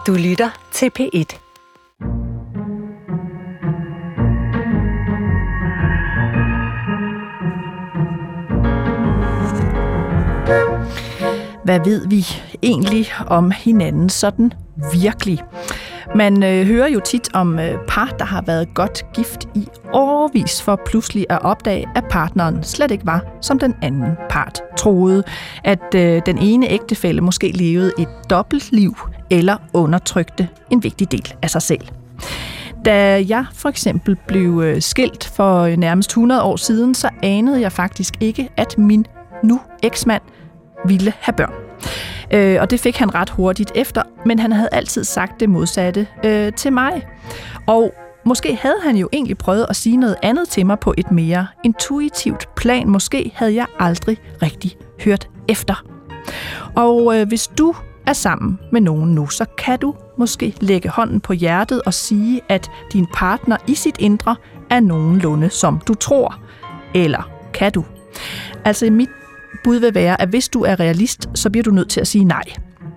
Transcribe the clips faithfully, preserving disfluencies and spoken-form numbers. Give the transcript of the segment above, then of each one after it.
Du lytter til P et. Hvad ved vi egentlig om hinanden sådan virkelig? Man øh, hører jo tit om øh, par, der har været godt gift i årevis for pludselig at opdage, at partneren slet ikke var, som den anden part troede. At øh, den ene ægtefælle måske levede et dobbeltliv eller undertrykte en vigtig del af sig selv. Da jeg for eksempel blev skilt for nærmest hundrede år siden, så anede jeg faktisk ikke, at min nu eksmand ville have børn. Øh, og det fik han ret hurtigt efter, men han havde altid sagt det modsatte øh, til mig. Og måske havde han jo egentlig prøvet at sige noget andet til mig på et mere intuitivt plan. Måske havde jeg aldrig rigtig hørt efter. Og øh, hvis du er sammen med nogen nu, så kan du måske lægge hånden på hjertet og sige, at din partner i sit indre er nogenlunde, som du tror. Eller kan du? Altså mit bud vil være, at hvis du er realist, så bliver du nødt til at sige nej.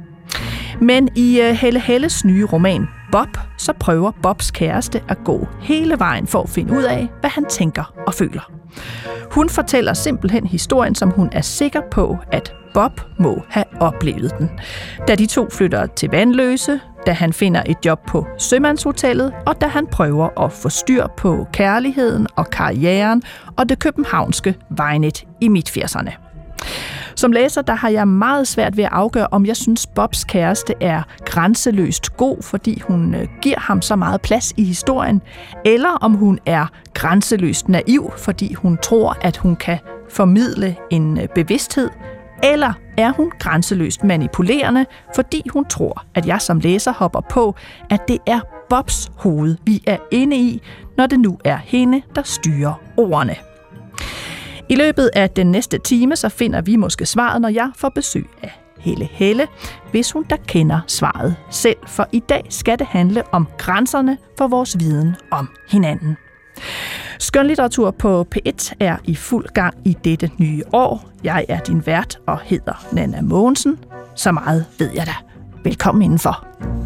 Men i Helle Helles nye roman Bob, så prøver Bobs kæreste at gå hele vejen for at finde ud af, hvad han tænker og føler. Hun fortæller simpelthen historien, som hun er sikker på, at Bob må have oplevet den. Da de to flytter til Vandløse, da han finder et job på Sømandshotellet, og da han prøver at få styr på kærligheden og karrieren og det københavnske vejnet i midt-firserne. Som læser, der har jeg meget svært ved at afgøre, om jeg synes, Bobs kæreste er grænseløst god, fordi hun giver ham så meget plads i historien, eller om hun er grænseløst naiv, fordi hun tror, at hun kan formidle en bevidsthed, eller er hun grænseløst manipulerende, fordi hun tror, at jeg som læser hopper på, at det er Bobs hoved, vi er inde i, når det nu er hende, der styrer ordene. I løbet af den næste time, så finder vi måske svaret, når jeg får besøg af Helle Helle, hvis hun da kender svaret selv. For i dag skal det handle om grænserne for vores viden om hinanden. Skønlitteratur på P et er i fuld gang i dette nye år. Jeg er din vært og hedder Nanna Mogensen. Så meget ved jeg da. Velkommen indenfor.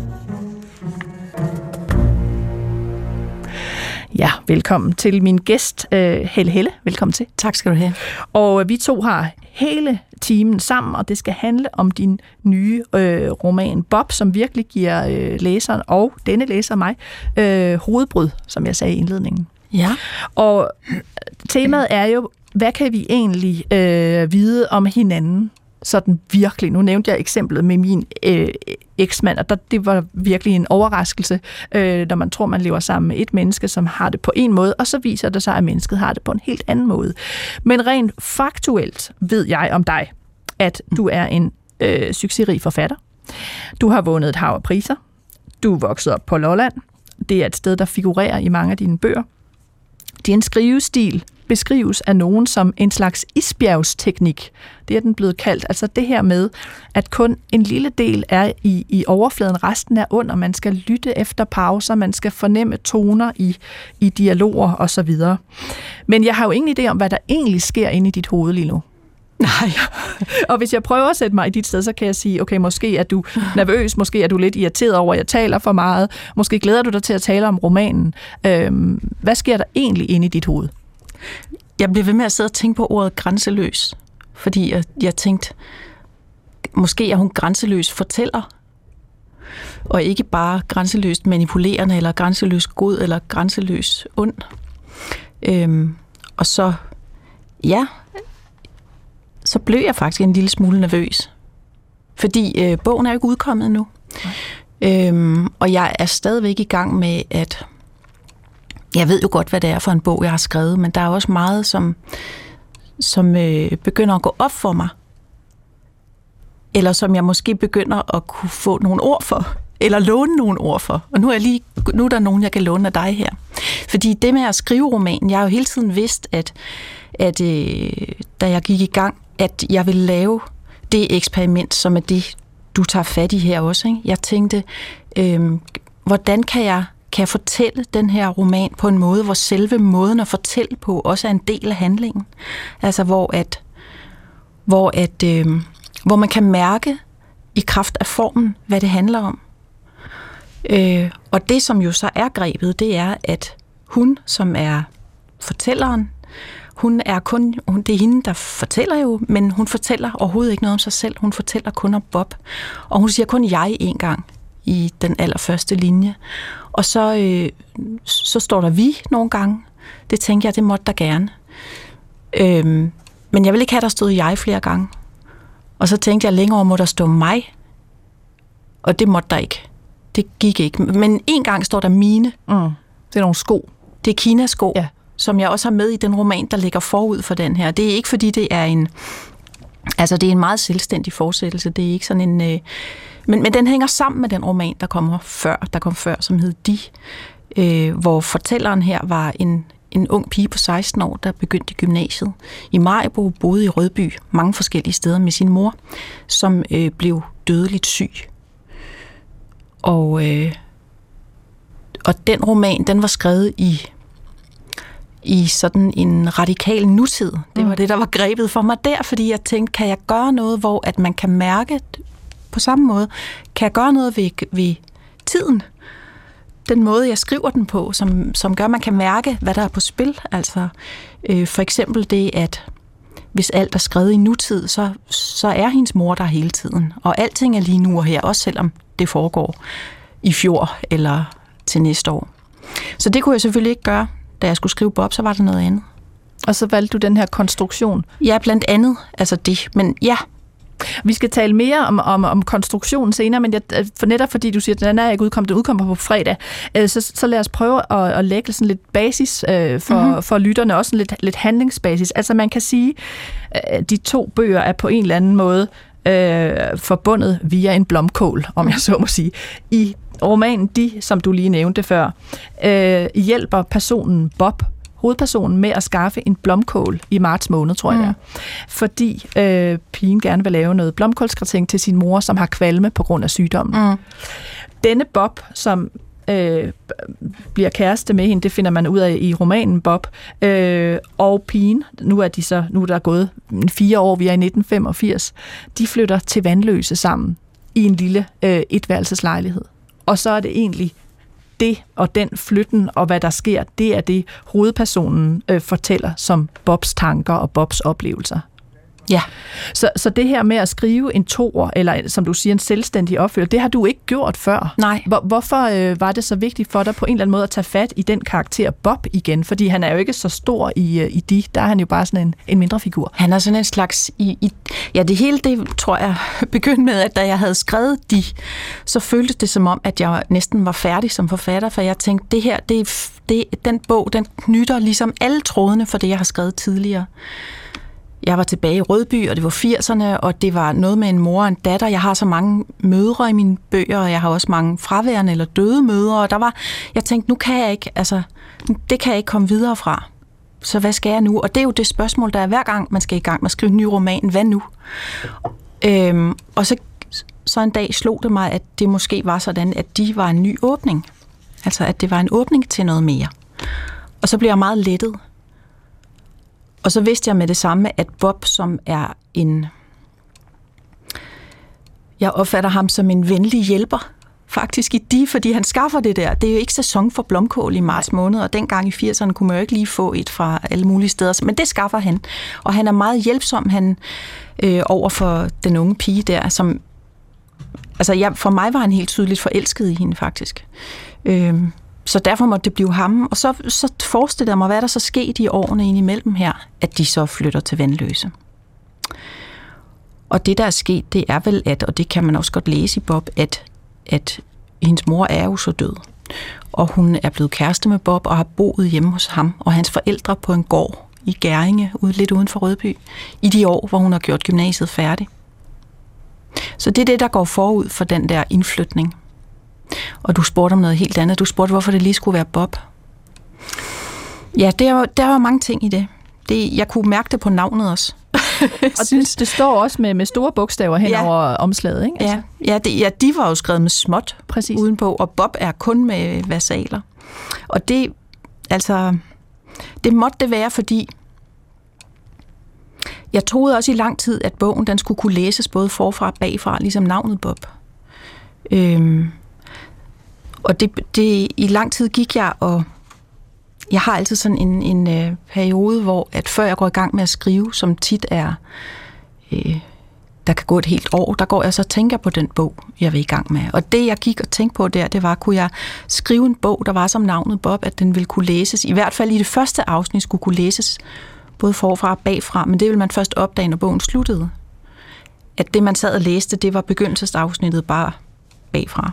Ja, velkommen til min gæst, Helle Helle. Velkommen til. Tak skal du have. Og vi to har hele timen sammen, og det skal handle om din nye øh, roman Bob, som virkelig giver øh, læseren og denne læser mig øh, hovedbrud, som jeg sagde i indledningen. Ja. Og temaet er jo, hvad kan vi egentlig øh, vide om hinanden? Sådan virkelig. Nu nævnte jeg eksemplet med min øh, eksmand, og der, det var virkelig en overraskelse, øh, når man tror, man lever sammen med et menneske, som har det på en måde, og så viser det sig, at mennesket har det på en helt anden måde. Men rent faktuelt ved jeg om dig, at du er en øh, succesrig forfatter. Du har vundet et hav af priser. Du er vokset op på Lolland. Det er et sted, der figurerer i mange af dine bøger. Din skrivestil beskrives af nogen som en slags isbjergsteknik. Det er den blevet kaldt. Altså det her med, at kun en lille del er i, i overfladen, resten er under. Man skal lytte efter pauser, man skal fornemme toner i, i dialoger osv. Men jeg har jo ingen idé om, hvad der egentlig sker inde i dit hoved lige nu. Nej. Og hvis jeg prøver at sætte mig i dit sted, så kan jeg sige, okay, måske er du nervøs, måske er du lidt irriteret over, at jeg taler for meget, måske glæder du dig til at tale om romanen. Øhm, hvad sker der egentlig inde i dit hoved? Jeg blev ved med at sidde og tænke på ordet grænseløs, fordi jeg, jeg tænkte, måske er hun grænseløs fortæller, og ikke bare grænseløst manipulerende, eller grænseløs god, eller grænseløs ond. Øhm, og så, ja, så blev jeg faktisk en lille smule nervøs, fordi øh, bogen er jo ikke udkommet endnu. Okay. Øhm, og jeg er stadigvæk i gang med at jeg ved jo godt, hvad det er for en bog, jeg har skrevet, men der er også meget, som, som øh, begynder at gå op for mig. Eller som jeg måske begynder at kunne få nogle ord for, eller låne nogle ord for. Og nu er, jeg lige, nu er der nogen, jeg kan låne af dig her. Fordi det med at skrive romanen, jeg har jo hele tiden vidst, at, at øh, da jeg gik i gang, at jeg ville lave det eksperiment, som er det, du tager fat i her også. Ikke? Jeg tænkte, øh, hvordan kan jeg kan jeg fortælle den her roman på en måde, hvor selve måden at fortælle på også er en del af handlingen. Altså hvor at, hvor at, øh, hvor man kan mærke i kraft af formen, hvad det handler om. Øh, og det, som jo så er grebet, det er, at hun, som er fortælleren, hun er kun, hun, det er hende, der fortæller jo, men hun fortæller overhovedet ikke noget om sig selv. Hun fortæller kun om Bob. Og hun siger kun jeg en gang i den allerførste linje. Og så, øh, så står der vi nogle gange. Det tænker jeg, det måtte der gerne. Øhm, men jeg vil ikke have, der stod jeg flere gange. Og så tænkte jeg, længere må der stå mig. Og det måtte der ikke. Det gik ikke. Men en gang står der mine. Mm. Det er nogle sko. Det er Kinas sko, ja. Som jeg også har med i den roman, der ligger forud for den her. Det er ikke, fordi det er en... Altså, det er en meget selvstændig fortsættelse. Det er ikke sådan en... Øh, men, men den hænger sammen med den roman, der kommer før, der kom før, som hed De, øh, hvor fortælleren her var en, en ung pige på seksten år, der begyndte i gymnasiet i Maribo, boede i Rødby, mange forskellige steder med sin mor, som øh, blev dødeligt syg. Og, øh, og den roman, den var skrevet i... i sådan en radikal nutid. Det var mm. det, der var grebet for mig der, fordi jeg tænkte, kan jeg gøre noget, hvor at man kan mærke på samme måde, kan jeg gøre noget ved, ved tiden? Den måde, jeg skriver den på, som, som gør, at man kan mærke, hvad der er på spil. Altså øh, for eksempel det, at hvis alt er skrevet i nutid, så, så er hendes mor der hele tiden. Og alting er lige nu og her, også selvom det foregår i fjor eller til næste år. Så det kunne jeg selvfølgelig ikke gøre. Da jeg skulle skrive Bob, så var det noget andet. Og så valgte du den her konstruktion? Ja, blandt andet. Altså det, men ja. Vi skal tale mere om, om, om konstruktionen senere, men jeg, for netop fordi du siger, at den er ikke udkommet, den udkommer på fredag, så, så lad os prøve at, at lægge sådan lidt basis øh, for, mm-hmm. for lytterne, også lidt, lidt handlingsbasis. Altså man kan sige, at de to bøger er på en eller anden måde øh, forbundet via en blomkål, om jeg så må sige. I romanen De, som du lige nævnte før, øh, hjælper personen Bob, hovedpersonen, med at skaffe en blomkål i marts måned, tror jeg mm. det er. Fordi øh, pigen gerne vil lave noget blomkålsgratin til sin mor, som har kvalme på grund af sygdommen. Mm. Denne Bob, som øh, bliver kæreste med hende, det finder man ud af i romanen Bob, øh, og pigen, nu er, de så, nu er der gået fire år, vi er i nitten femogfirs, de flytter til Vandløse sammen i en lille øh, etværelseslejlighed. Og så er det egentlig det og den flytten og hvad der sker, det er det hovedpersonen øh, fortæller som Bobs tanker og Bobs oplevelser. Ja. Så, så det her med at skrive en toer, eller som du siger, en selvstændig opfølger, det har du ikke gjort før. Nej. Hvor, hvorfor øh, var det så vigtigt for dig på en eller anden måde at tage fat i den karakter Bob igen? Fordi han er jo ikke så stor i, i De, der er han jo bare sådan en, en mindre figur. Han er sådan en slags... I, i, ja, det hele det, tror jeg, begyndte med, at da jeg havde skrevet De, så føltes det som om, at jeg næsten var færdig som forfatter, for jeg tænkte, det her, det, det, den bog, den knytter ligesom alle trådene for det, jeg har skrevet tidligere. Jeg var tilbage i Rødby, og det var firserne, og det var noget med en mor og en datter. Jeg har så mange mødre i mine bøger, og jeg har også mange fraværende eller døde mødre, og der var, jeg tænkte, nu kan jeg ikke, altså, det kan jeg ikke komme videre fra. Så hvad skal jeg nu? Og det er jo det spørgsmål, der er hver gang, man skal i gang med at skrive en ny roman. Hvad nu? Øhm, og så, så en dag slog det mig, at det måske var sådan, at De var en ny åbning. Altså, at det var en åbning til noget mere. Og så blev jeg meget lettet. Og så vidste jeg med det samme, at Bob, som er en... Jeg opfatter ham som en venlig hjælper, faktisk i De, fordi han skaffer det der. Det er jo ikke sæson for blomkål i marts måned, og dengang i firserne kunne man jo ikke lige få et fra alle mulige steder. Men det skaffer han, og han er meget hjælpsom han, øh, over for den unge pige der, som... Altså, jeg, for mig var han helt tydeligt forelsket i hende, faktisk. Øh, Så derfor måtte det blive ham. Og så, så forestiller jeg mig, hvad der så skete i årene indimellem her, at de så flytter til Vandløse. Og det, der er sket, det er vel, at, og det kan man også godt læse i Bob, at, at hendes mor er jo så død. Og hun er blevet kæreste med Bob og har boet hjemme hos ham og hans forældre på en gård i Gæringe, ude, lidt uden for Rødby, i de år, hvor hun har gjort gymnasiet færdig. Så det er det, der går forud for den der indflytning. Og du spurgte om noget helt andet. Du spurgte, hvorfor det lige skulle være Bob. Ja, der, der var mange ting i det. det. Jeg kunne mærke det på navnet også. Og det, det står også med, med store bogstaver hen ja. over omslaget, ikke? Altså. Ja, ja, det, ja, de var jo skrevet med småt. Præcis. Udenpå, og Bob er kun med versaler. Og det, altså, det måtte det være, fordi jeg troede også i lang tid, at bogen den skulle kunne læses både forfra og bagfra, ligesom navnet Bob. Øhm, Og det, det, i lang tid gik jeg, og jeg har altid sådan en, en øh, periode, hvor at før jeg går i gang med at skrive, som tit er, øh, der kan gå et helt år, der går jeg så og tænker på den bog, jeg vil i gang med. Og det, jeg gik og tænkte på der, det var, kunne jeg skrive en bog, der var som navnet Bob, at den ville kunne læses, i hvert fald i det første afsnit skulle kunne læses, både forfra og bagfra, men det ville man først opdage, når bogen sluttede. At det, man sad og læste, det var begyndelsesafsnittet bare bagfra.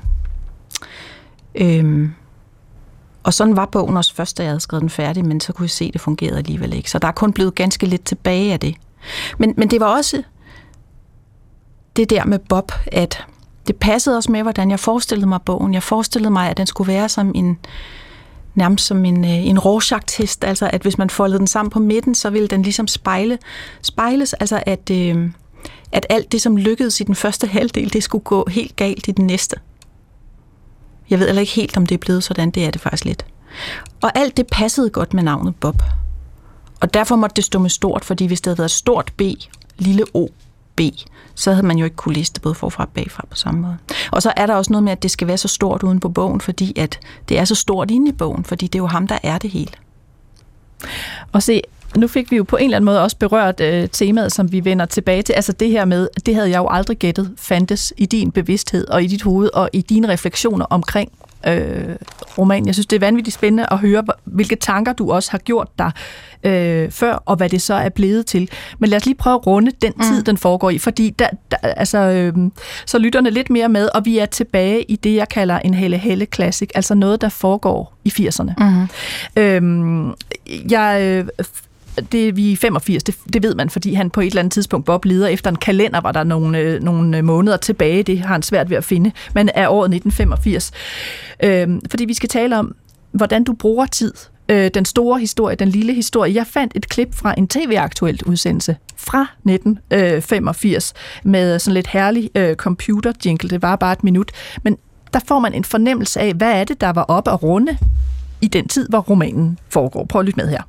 Øhm, og sådan var bogen også først, da jeg havde skrevet den færdig, men så kunne jeg se, at det fungerede alligevel ikke. Så der er kun blevet ganske lidt tilbage af det. Men, men det var også det der med Bob, at det passede også med, hvordan jeg forestillede mig bogen. Jeg forestillede mig, at den skulle være som en, nærmest som en, en Rorschach-test, altså at hvis man foldede den sammen på midten, så ville den ligesom spejle, spejles, altså at, øh, at alt det, som lykkedes i den første halvdel, det skulle gå helt galt i den næste. Jeg ved heller ikke helt, om det er blevet sådan, det er det faktisk lidt. Og alt det passede godt med navnet Bob. Og derfor måtte det stå med stort, fordi hvis det havde været stort B, lille O, B, så havde man jo ikke kunne læse det både forfra og bagfra på samme måde. Og så er der også noget med, at det skal være så stort uden på bogen, fordi at det er så stort inde i bogen, fordi det er jo ham, der er det hele. Og se, nu fik vi jo på en eller anden måde også berørt øh, temaet, som vi vender tilbage til. Altså det her med, det havde jeg jo aldrig gættet, fandtes i din bevidsthed og i dit hoved og i dine refleksioner omkring øh, romanen. Jeg synes, det er vanvittigt spændende at høre, hvilke tanker du også har gjort dig øh, før, og hvad det så er blevet til. Men lad os lige prøve at runde den tid, mm. den foregår i, fordi der, der, altså, øh, så lytterne lidt mere med, og vi er tilbage i det, jeg kalder en Helle Helle Classic, altså noget, der foregår i firserne. Mm. Øh, jeg... Øh, Det er vi i femogfirs, det, det ved man, fordi han på et eller andet tidspunkt, Bob, leder efter en kalender, var der nogle, øh, nogle måneder tilbage, det har han svært ved at finde, men er året nitten femogfirs. Øh, fordi vi skal tale om, hvordan du bruger tid, øh, den store historie, den lille historie. Jeg fandt et klip fra en tv-aktuelt udsendelse fra nitten femogfirs, med sådan lidt herlig øh, computer-jingle, det var bare et minut, men der får man en fornemmelse af, hvad er det, der var oppe at runde i den tid, hvor romanen foregår. Prøv at lytte med her.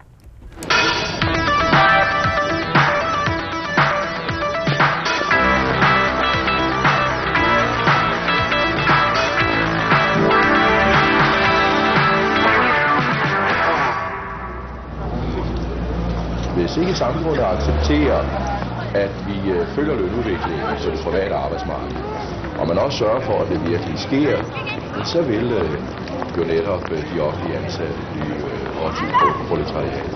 Hvis ikke samfundet accepterer, at vi følger lønudviklingen på det private arbejdsmarked, og man også sørger for, at det virkelig sker, så vil jo netop de offentlige ansatte blive også på proletariat.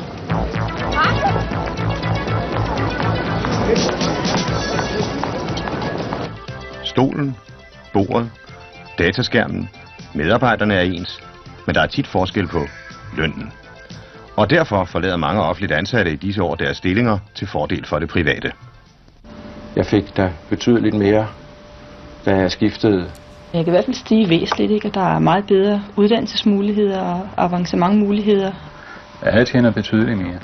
Stolen, bordet, dataskærmen, medarbejderne er ens, men der er tit forskel på lønnen. Og derfor forlader mange offentligt ansatte i disse år deres stillinger til fordel for det private. Jeg fik da betydeligt mere, da jeg skiftede. Jeg kan i hvert fald stige væsentligt, ikke? At der er meget bedre uddannelsesmuligheder og avancementmuligheder. Jeg tjener betydeligt mere.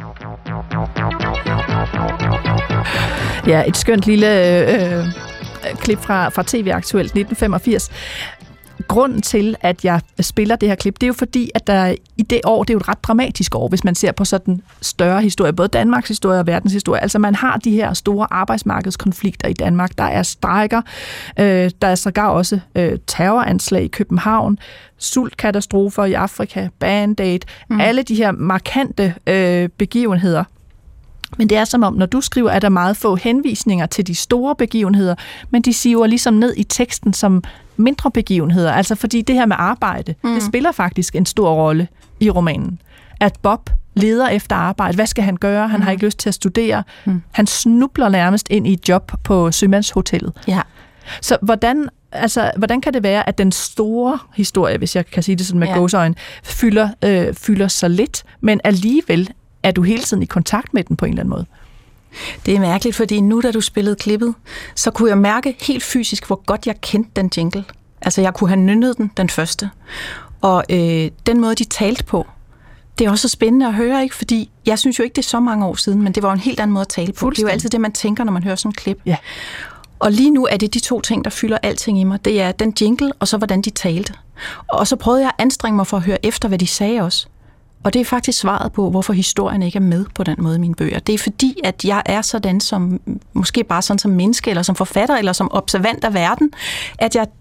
Ja, et skønt lille øh, klip fra, fra T V-aktuelt nitten femogfirs. Grunden til, at jeg spiller det her klip, det er jo fordi, at der i det år, det er jo et ret dramatisk år, hvis man ser på sådan større historie, både Danmarks historie og verdenshistorie. Altså man har de her store arbejdsmarkedskonflikter i Danmark. Der er strejker, øh, der er sågar også øh, terroranslag i København, sultkatastrofer i Afrika, Band-Aid, mm. alle de her markante øh, begivenheder. Men det er som om, når du skriver, er der meget få henvisninger til de store begivenheder, men de siver ligesom ned i teksten som mindre begivenheder. Altså fordi det her med arbejde, mm. det spiller faktisk en stor rolle i romanen. At Bob leder efter arbejde. Hvad skal han gøre? Han mm. har ikke lyst til at studere. Mm. Han snubler nærmest ind i et job på Sømandshotellet. Ja. Så hvordan, altså, hvordan kan det være, at den store historie, hvis jeg kan sige det sådan med ja. gåseøjne, fylder, øh, fylder så lidt, men alligevel er du hele tiden i kontakt med den på en eller anden måde? Det er mærkeligt, fordi nu, da du spillede klippet, så kunne jeg mærke helt fysisk, hvor godt jeg kendte den jingle. Altså, jeg kunne have nynnet den, den første. Og øh, den måde, de talte på, det er også så spændende at høre, ikke? Fordi jeg synes jo ikke, det er så mange år siden, men det var en helt anden måde at tale på. Det er jo altid det, man tænker, når man hører sådan en klip. Ja. Og lige nu er det de to ting, der fylder alting i mig. Det er den jingle, og så hvordan de talte. Og så prøvede jeg at anstrenge mig for at høre efter, hvad de sagde også. Og det er faktisk svaret på, hvorfor historien ikke er med på den måde i mine bøger. Det er fordi, at jeg er sådan som, måske bare sådan som menneske, eller som forfatter, eller som observant af verden, at jeg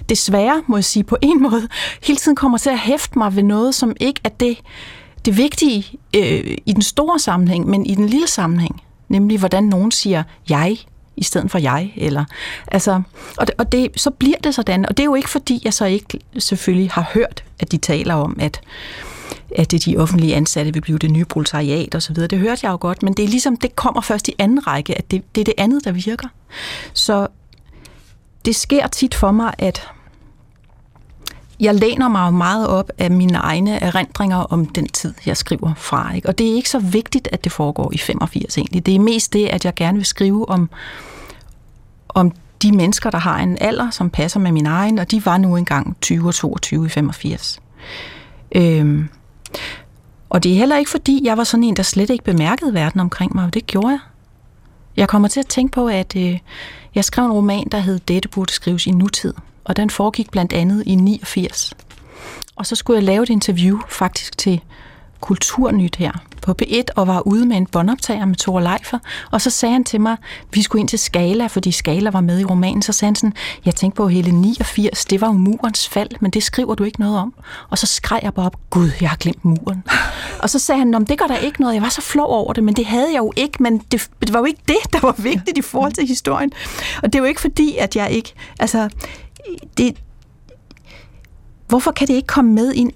desværre, må jeg sige, på en måde, hele tiden kommer til at hæfte mig ved noget, som ikke er det, det vigtige øh, i den store sammenhæng, men i den lille sammenhæng. Nemlig, hvordan nogen siger jeg, i stedet for jeg. Eller, altså, og det, og det, så bliver det sådan. Og det er jo ikke, fordi jeg så ikke selvfølgelig har hørt, at de taler om, at, at de offentlige ansatte vil blive det nye proletariat osv. Det hørte jeg jo godt, men det er ligesom, det kommer først i anden række, at det, det er det andet, der virker. Så det sker tit for mig, at jeg læner mig jo meget op af mine egne erindringer om den tid, jeg skriver fra. Ikke? Og det er ikke så vigtigt, at det foregår i femogfirs egentlig. Det er mest det, at jeg gerne vil skrive om, om de mennesker, der har en alder, som passer med min egen, og de var nu engang tyve og toogtyve i femogfirs. Øhm, og det er heller ikke, fordi jeg var sådan en, der slet ikke bemærkede verden omkring mig, og det gjorde jeg. Jeg kommer til at tænke på, at øh, jeg skrev en roman, der hed Dette burde skrives i nutid. Og den foregik blandt andet i niogfirs. Og så skulle jeg lave et interview faktisk til Kulturnyt her på P et, og var ude med en båndoptager med Tore Leifer. Og så sagde han til mig, vi skulle ind til Skala, fordi Skala var med i romanen. Så sagde han sådan, jeg tænkte på hele niogfirs, det var jo murens fald, men det skriver du ikke noget om. Og så skreg jeg bare op, gud, jeg har glemt muren. Og så sagde han, det gør der ikke noget, jeg var så flov over det, men det havde jeg jo ikke, men det, det var jo ikke det, der var vigtigt i forhold til historien. Og det er jo ikke fordi, at jeg ikke, altså, det, hvorfor kan det ikke komme med ind?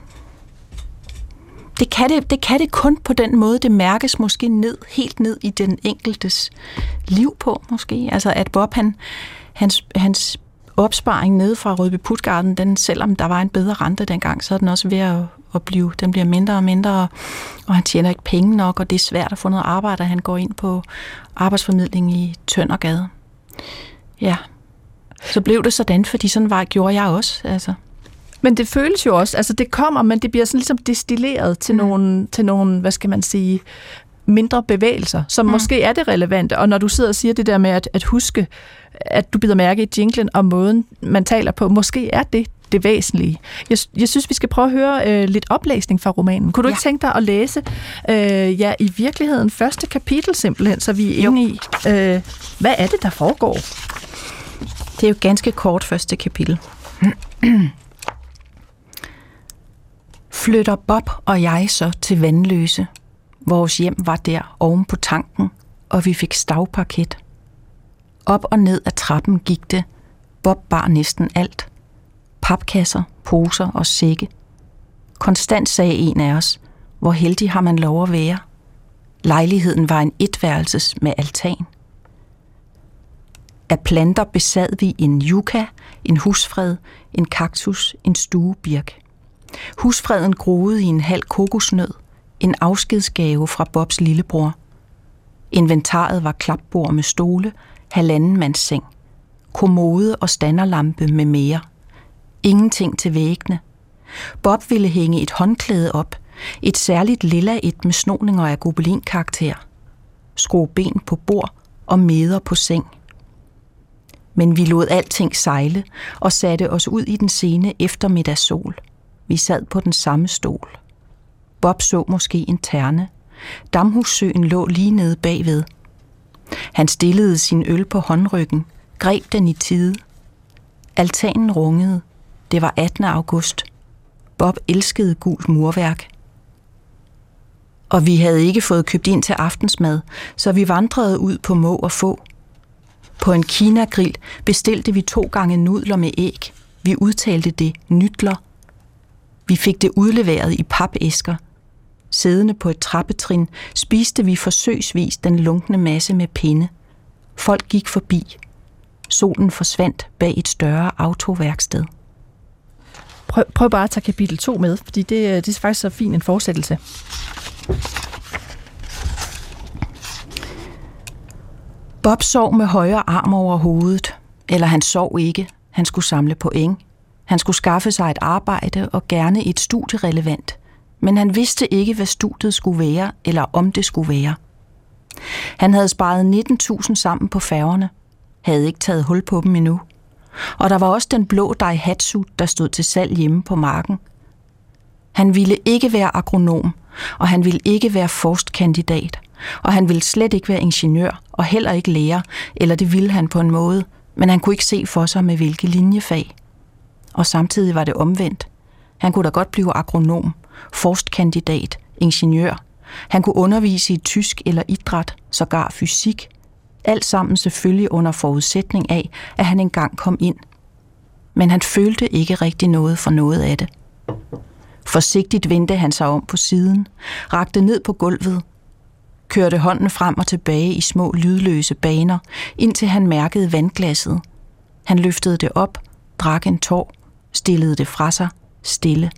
Det kan det, det kan det kun på den måde, det mærkes måske ned, helt ned i den enkeltes liv på, måske. Altså at Bob, han, hans, hans opsparing nede fra Rødby Puttgarden, den, selvom der var en bedre rente dengang, så er den også ved at, at blive, den bliver mindre og mindre, og, og han tjener ikke penge nok, og det er svært at få noget arbejde, og han går ind på arbejdsformidling i Tøndergade. Ja, så blev det sådan, fordi sådan var, gjorde jeg også, altså. Men det føles jo også, altså det kommer, men det bliver sådan ligesom destilleret til, mm. nogle, til nogle, hvad skal man sige, mindre bevægelser, som mm. måske er det relevante. Og når du sidder og siger det der med at, at huske, at du bider mærke i jinglen og måden, man taler på, måske er det det væsentlige. Jeg, jeg synes, vi skal prøve at høre øh, lidt oplæsning fra romanen. Kunne du ja. ikke tænke dig at læse, øh, ja, i virkeligheden første kapitel simpelthen, så vi er inde i, øh, hvad er det, der foregår? Det er jo ganske kort første kapitel. Flytter Bob og jeg så til Vandløse. Vores hjem var der oven på tanken, og vi fik stavparket. Op og ned ad trappen gik det. Bob bar næsten alt. Papkasser, poser og sække. Konstant sagde en af os, hvor heldig har man lov at være. Lejligheden var en etværelses med altan. Af planter besad vi en yucca, en husfred, en kaktus, en stuebirk. Husfreden groede i en halv kokosnød, en afskedsgave fra Bobs lillebror. Inventaret var klapbord med stole, halvanden mands seng, kommode og standerlampe med mere. Ingenting til væggene. Bob ville hænge et håndklæde op, et særligt lilla et med snoninger af gobelinkarakter. Skrue ben på bord og meder på seng. Men vi lod alting sejle og satte os ud i den sene eftermiddagssol. Vi sad på den samme stol. Bob så måske en terne. Damhussøen lå lige nede bagved. Han stillede sin øl på håndryggen, greb den i tide. Altanen rungede. Det var attende august. Bob elskede gult murværk. Og vi havde ikke fået købt ind til aftensmad, så vi vandrede ud på må og få. På en Kina-grill bestilte vi to gange nudler med æg. Vi udtalte det nydler. Vi fik det udleveret i papæsker. Siddende på et trappetrin spiste vi forsøgsvis den lunkne masse med pinde. Folk gik forbi. Solen forsvandt bag et større autoværksted. Prøv, prøv bare at tage kapitel to med, fordi det, det er faktisk så fin en fortsættelse. Bob sov med højre arm over hovedet. Eller han sov ikke. Han skulle samle point. Han skulle skaffe sig et arbejde og gerne et studierelevant. Men han vidste ikke, hvad studiet skulle være, eller om det skulle være. Han havde sparet nitten tusind sammen på færgerne. Havde ikke taget hul på dem endnu. Og der var også den blå Daihatsu, der stod til salg hjemme på marken. Han ville ikke være agronom, og han ville ikke være forskkandidat. Og han ville slet ikke være ingeniør, og heller ikke lærer, eller det ville han på en måde, men han kunne ikke se for sig med hvilke linjefag. Og samtidig var det omvendt. Han kunne da godt blive agronom, forskkandidat, ingeniør. Han kunne undervise i tysk eller idræt, sågar fysik. Alt sammen selvfølgelig under forudsætning af, at han engang kom ind. Men han følte ikke rigtig noget for noget af det. Forsigtigt vendte han sig om på siden, rakte ned på gulvet, kørte hånden frem og tilbage i små lydløse baner, indtil han mærkede vandglasset. Han løftede det op, drak en tår, stillede det fra sig, stille.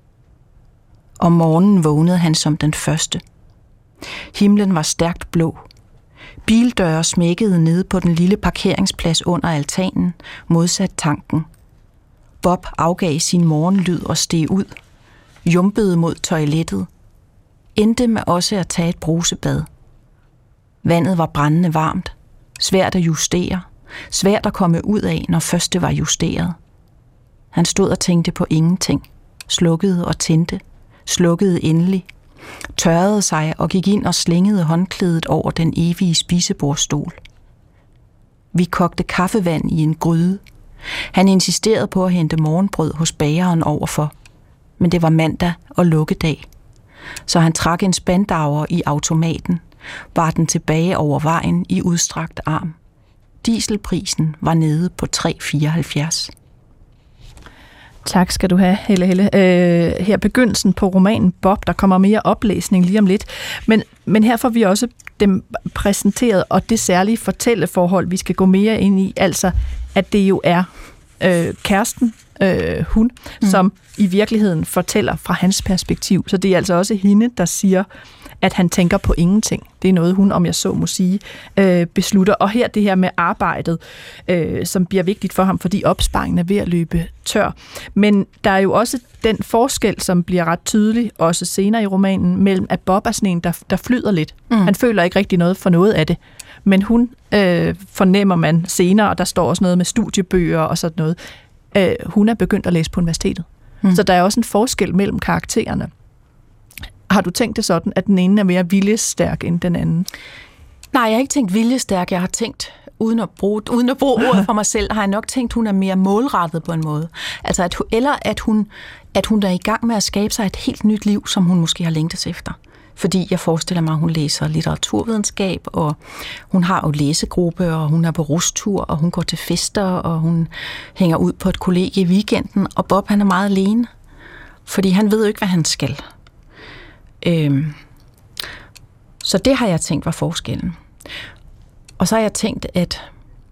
Om morgenen vågnede han som den første. Himlen var stærkt blå. Bildøre smækkede nede på den lille parkeringsplads under altanen, modsat tanken. Bob afgav sin morgenlyd og steg ud, jumpede mod toilettet, endte med også at tage et brusebad. Vandet var brændende varmt, svært at justere, svært at komme ud af, når først det var justeret. Han stod og tænkte på ingenting, slukkede og tændte, slukkede endelig, tørrede sig og gik ind og slængede håndklædet over den evige spisebordstol. Vi kogte kaffevand i en gryde. Han insisterede på at hente morgenbrød hos bageren overfor, men det var mandag og lukkedag. Så han trak en spandauer i automaten, bar den tilbage over vejen i udstrakt arm. Dieselprisen var nede på tre komma fireoghalvfjerds. Tak skal du have, Helle Helle. Øh, her begyndelsen på romanen Bob, der kommer mere oplæsning lige om lidt. Men, men her får vi også dem præsenteret, og det særlige fortælleforhold, vi skal gå mere ind i, altså at det jo er øh, kæresten, øh, hun, mm. som i virkeligheden fortæller fra hans perspektiv. Så det er altså også hende, der siger, at han tænker på ingenting. Det er noget, hun, om jeg så må sige, øh, beslutter. Og her det her med arbejdet, øh, som bliver vigtigt for ham, fordi opsparingen er ved at løbe tør. Men der er jo også den forskel, som bliver ret tydelig, også senere i romanen, mellem at Bob er sådan en, der, der flyder lidt. Mm. Han føler ikke rigtig noget for noget af det. Men hun øh, fornemmer man senere, og der står også noget med studiebøger og sådan noget. Øh, hun er begyndt at læse på universitetet. Mm. Så der er også en forskel mellem karaktererne. Har du tænkt det sådan, at den ene er mere viljestærk end den anden? Nej, jeg har ikke tænkt viljestærk. Jeg har tænkt, uden at bruge, uden at bruge ordet for mig selv, har jeg nok tænkt, hun er mere målrettet på en måde. Altså at, eller at hun, at hun er i gang med at skabe sig et helt nyt liv, som hun måske har længtes efter. Fordi jeg forestiller mig, at hun læser litteraturvidenskab, og hun har jo læsegruppe, og hun er på rustur, og hun går til fester, og hun hænger ud på et kollegie i weekenden, og Bob han er meget alene, fordi han ved jo ikke, hvad han skal. Øhm, så det har jeg tænkt var forskellen. Og så har jeg tænkt, at,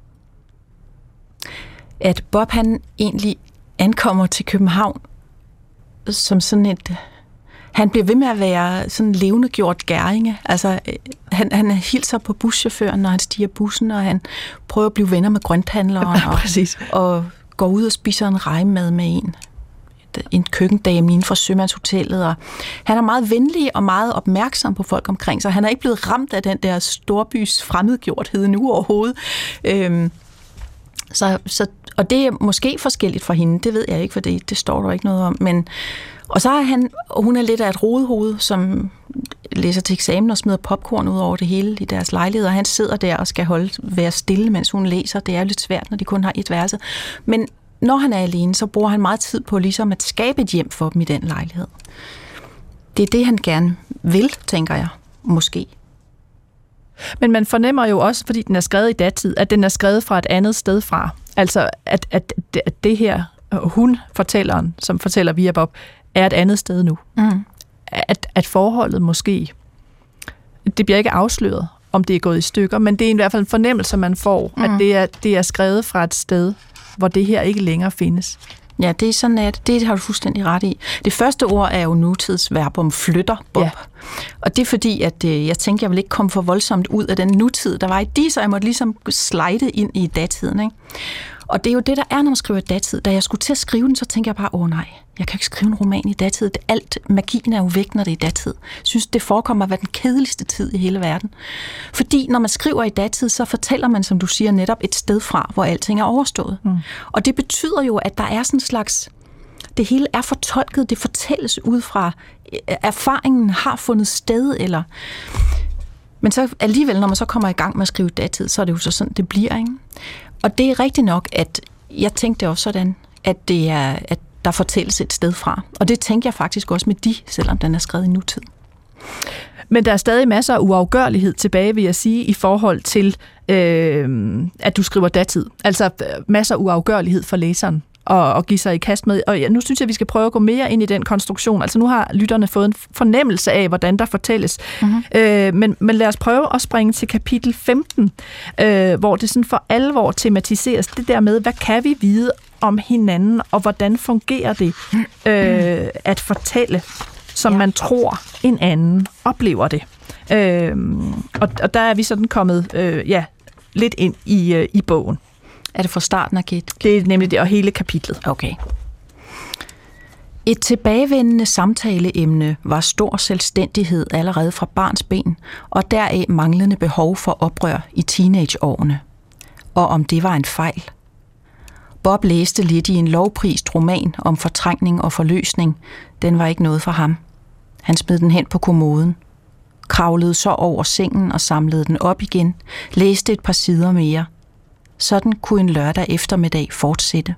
at Bob han egentlig ankommer til København som sådan et... Han bliver ved med at være sådan levendegjort gæringe. Altså, han, han hilser på buschaufføren, når han stiger bussen, og han prøver at blive venner med grønthandleren, ja, præcis. og, og går ud og spiser en rejemad med en. En køkkendame inden for Sømandshotellet, og han er meget venlig og meget opmærksom på folk omkring sig. Han er ikke blevet ramt af den der storbys fremmedgjorthed nu overhovedet. Øhm, så, så, og det er måske forskelligt fra hende, det ved jeg ikke, for det, det står der ikke noget om. Men, og så er han, hun er lidt af et rodehoved, som læser til eksamen og smider popcorn ud over det hele i deres lejlighed, og han sidder der og skal holde, være stille, mens hun læser. Det er jo lidt svært, når de kun har et værelse. Men når han er alene, så bruger han meget tid på ligesom at skabe et hjem for dem i den lejlighed. Det er det, han gerne vil, tænker jeg, måske. Men man fornemmer jo også, fordi den er skrevet i datid, at den er skrevet fra et andet sted fra. Altså, at, at, at det her, hun, fortælleren, som fortæller via Bob, er et andet sted nu. Mm. At, at forholdet måske, det bliver ikke afsløret, om det er gået i stykker, men det er i hvert fald en fornemmelse, man får, mm. at det er, det er skrevet fra et sted, hvor det her ikke længere findes. Ja, det er sådan, at det har du fuldstændig ret i. Det første ord er jo nutidsverbum flytter, Bob. Ja. Og det er fordi, at øh, jeg tænker, jeg vil ikke komme for voldsomt ud af den nutid, der var i de, så jeg måtte ligesom slide ind i datiden, ikke? Og det er jo det, der er, når man skriver datid. Da jeg skulle til at skrive den, så tænker jeg bare, åh nej, jeg kan ikke skrive en roman i datid. Alt magien er jo væk, når det er datid. Jeg synes, det forekommer at være den kedeligste tid i hele verden. Fordi når man skriver i datid, så fortæller man, som du siger, netop et sted fra, hvor alting er overstået. Mm. Og det betyder jo, at der er sådan en slags... Det hele er fortolket, det fortælles ud fra erfaringen har fundet sted, eller... Men så alligevel, når man så kommer i gang med at skrive datid, så er det jo så sådan, det bliver, ikke? Og det er rigtigt nok, at jeg tænkte også sådan, at det er, at der fortælles et sted fra. Og det tænker jeg faktisk også med de, selvom den er skrevet i nutid. Men der er stadig masser af uafgørlighed tilbage, vil jeg sige, i forhold til, øh, at du skriver datid. Altså masser af uafgørlighed for læseren at, at give sig i kast med. Og nu synes jeg, vi skal prøve at gå mere ind i den konstruktion. Altså nu har lytterne fået en fornemmelse af, hvordan der fortælles. Mm-hmm. Øh, men, men lad os prøve at springe til kapitel femten, øh, hvor det sådan for alvor tematiseres. Det der med, hvad kan vi vide om hinanden, og hvordan fungerer det øh, at fortælle, som ja. man tror en anden oplever det. Øh, og, og der er vi sådan kommet øh, ja, lidt ind i, øh, i bogen. Er det fra starten af Kate? Det er nemlig det, og hele kapitlet. Okay. Et tilbagevendende samtaleemne var stor selvstændighed allerede fra barns ben, og deraf manglende behov for oprør i teenageårene. Og om det var en fejl. Bob læste lidt i en lovprist roman om fortrængning og forløsning. Den var ikke noget for ham. Han smed den hen på kommoden, kravlede så over sengen og samlede den op igen, læste et par sider mere. Sådan kunne en lørdag eftermiddag fortsætte.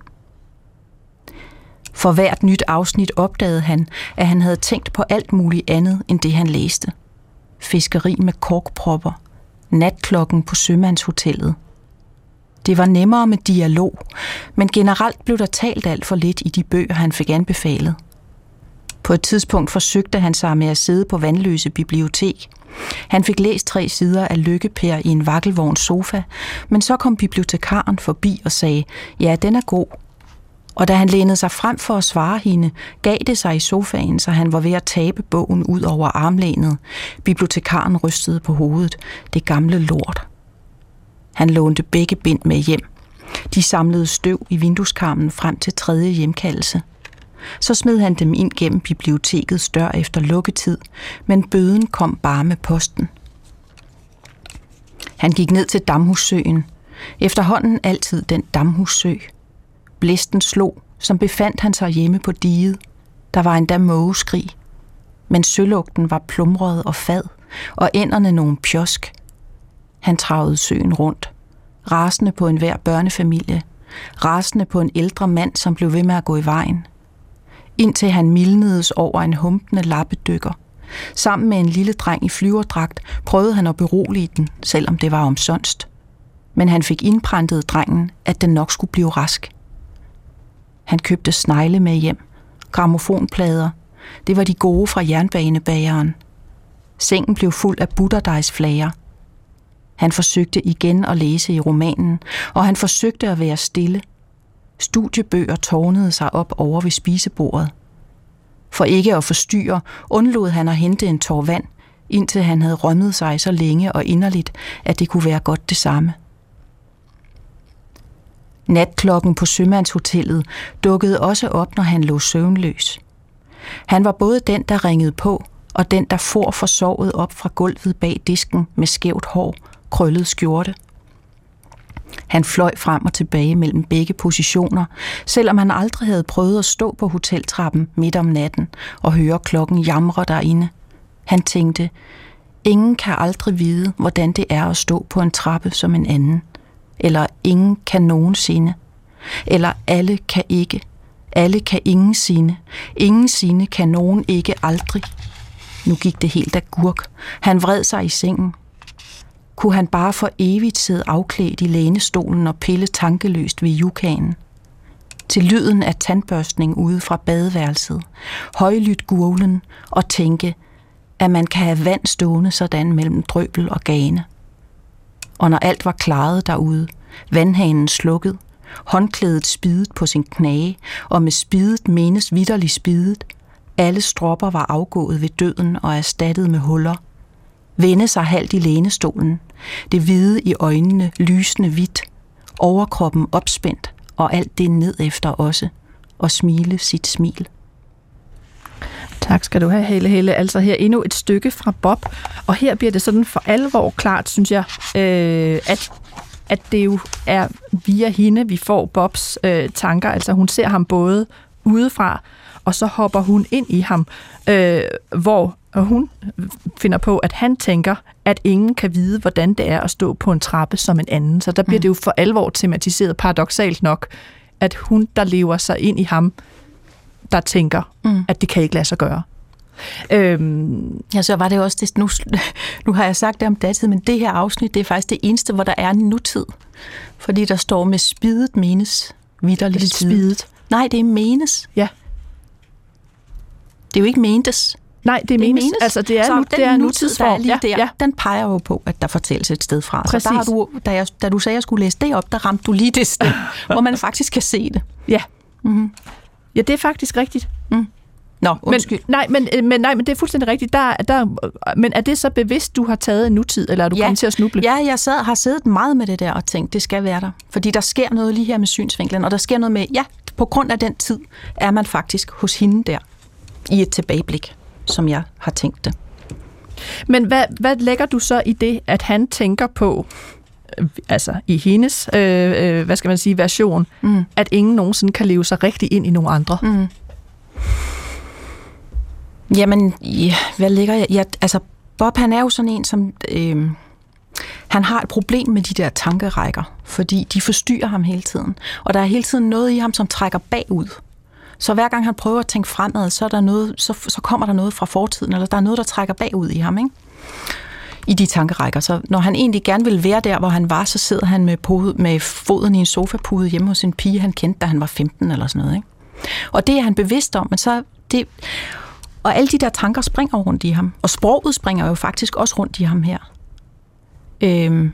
For hvert nyt afsnit opdagede han, at han havde tænkt på alt muligt andet end det, han læste. Fiskeri med korkpropper, natklokken på Sømandshotellet. Det var nemmere med dialog, men generelt blev der talt alt for lidt i de bøger, han fik anbefalet. På et tidspunkt forsøgte han sig med at sidde på Vandløse bibliotek. Han fik læst tre sider af Lykke-Per i en vakkelvogns sofa, men så kom bibliotekaren forbi og sagde, ja, den er god. Og da han lænede sig frem for at svare hende, gav det sig i sofaen, så han var ved at tabe bogen ud over armlænet. Bibliotekaren rystede på hovedet. Det gamle lort. Han lånte begge bind med hjem. De samlede støv i vindueskarmen frem til tredje hjemkaldelse. Så smed han dem ind gennem bibliotekets dør efter lukketid, men bøden kom bare med posten. Han gik ned til Damhussøen. Efterhånden altid den Damhussø. Blæsten slog, som befandt han sig hjemme på diget. Der var endda mågeskrig. Men sølugten var plumret og fad, og ænderne nogen pjosk. Han travede søen rundt. Rasende på enhver børnefamilie. Rasende på en ældre mand, som blev ved med at gå i vejen. Indtil han mildnedes over en humpende lappedykker. Sammen med en lille dreng i flyverdragt prøvede han at berolige den, selvom det var omsonst. Men han fik indprentet drengen, at den nok skulle blive rask. Han købte snegle med hjem, grammofonplader. Det var de gode fra jernbanebageren. Sengen blev fuld af butterdejsflager. Han forsøgte igen at læse i romanen, og han forsøgte at være stille. Studiebøger tårnede sig op over ved spisebordet. For ikke at forstyrre, undlod han at hente en tår vand, indtil han havde rømmet sig så længe og inderligt, at det kunne være godt det samme. Natklokken på Sømandshotellet dukkede også op, når han lå søvnløs. Han var både den, der ringede på, og den, der for forsovet op fra gulvet bag disken med skævt hår, krøllet skjorte. Han fløj frem og tilbage mellem begge positioner, selvom han aldrig havde prøvet at stå på hoteltrappen midt om natten og høre klokken jamre derinde. Han tænkte, ingen kan aldrig vide, hvordan det er at stå på en trappe som en anden. Eller ingen kan nogensinde. Eller alle kan ikke. Alle kan ingen sinde. Ingen sinde kan nogen ikke aldrig. Nu gik det helt agurk. Han vred sig i sengen. Kunne han bare for evigt sidde afklædt i lænestolen og pille tankeløst ved yukanen? Til lyden af tandbørstning ude fra badeværelset, højlydt gurglen og tænke, at man kan have vand stående sådan mellem drøbel og gane. Og når alt var klaret derude, vandhanen slukket, håndklædet spidet på sin knage, og med spidet menes vitterlig spidet, alle stropper var afgået ved døden og erstattet med huller. Vende sig halvt i lænestolen, det hvide i øjnene lysende hvidt, overkroppen opspændt og alt det ned efter også, og smile sit smil. Tak skal du have, Helle Helle. Altså her endnu et stykke fra Bob, og her bliver det sådan for alvor klart, synes jeg, øh, at, at det jo er via hende, vi får Bobs øh, tanker. Altså hun ser ham både udefra, og så hopper hun ind i ham, øh, hvor hun finder på, at han tænker, at ingen kan vide, hvordan det er at stå på en trappe som en anden. Så der bliver det jo for alvor tematiseret, paradoksalt nok, at hun, der lever sig ind i ham, der tænker, mm. at det kan ikke lade sig gøre. Øhm, ja, så var det også det, nu, nu har jeg sagt det om datid, men det her afsnit, det er faktisk det eneste, hvor der er en nutid. Fordi der står med spidet menes. Vitterligt det spidet. Nej, det er menes. Ja. Det er jo ikke mentes. Nej, det er, det er menes. menes. Altså, det er, så nu, den det er nutidsform, der er lige ja, der, ja. den peger jo på, at der fortælles et sted fra. Præcis. Så der har du, da, jeg, da du sagde, at jeg skulle læse det op, der ramte du lige det sted, hvor man faktisk kan se det. Ja. Mm-hmm. Ja, det er faktisk rigtigt. Mm. Nå, undskyld. Men, nej, men, men, nej, men det er fuldstændig rigtigt. Der, der, men er det så bevidst, du har taget en nutid, eller er du ja. kommet til at snuble? Ja, jeg sad, har siddet meget med det der og tænkt, det skal være der. Fordi der sker noget lige her med synsvinklen, og der sker noget med, ja, på grund af den tid, er man faktisk hos hende der, i et tilbageblik, som jeg har tænkt det. Men hvad, hvad lægger du så i det, at han tænker på, altså i hendes, øh, øh, hvad skal man sige, version, mm. at ingen nogensinde kan leve sig rigtig ind i nogle andre? Mm. Jamen, ja, hvad ligger jeg? Ja, altså, Bob, han er jo sådan en, som... Øh, han har et problem med de der tankerækker, fordi de forstyrrer ham hele tiden. Og der er hele tiden noget i ham, som trækker bagud. Så hver gang han prøver at tænke fremad, så, er der noget, så, så kommer der noget fra fortiden, eller der er noget, der trækker bagud i ham, ikke? I de tankerækker. Så når han egentlig gerne vil være der, hvor han var, så sidder han med, pode, med foden i en sofapude hjemme hos en pige, han kendte, da han var femten eller sådan noget, ikke? Og det er han bevidst om, men så... Det, og alle de der tanker springer rundt i ham. Og sproget springer jo faktisk også rundt i ham her. Øhm.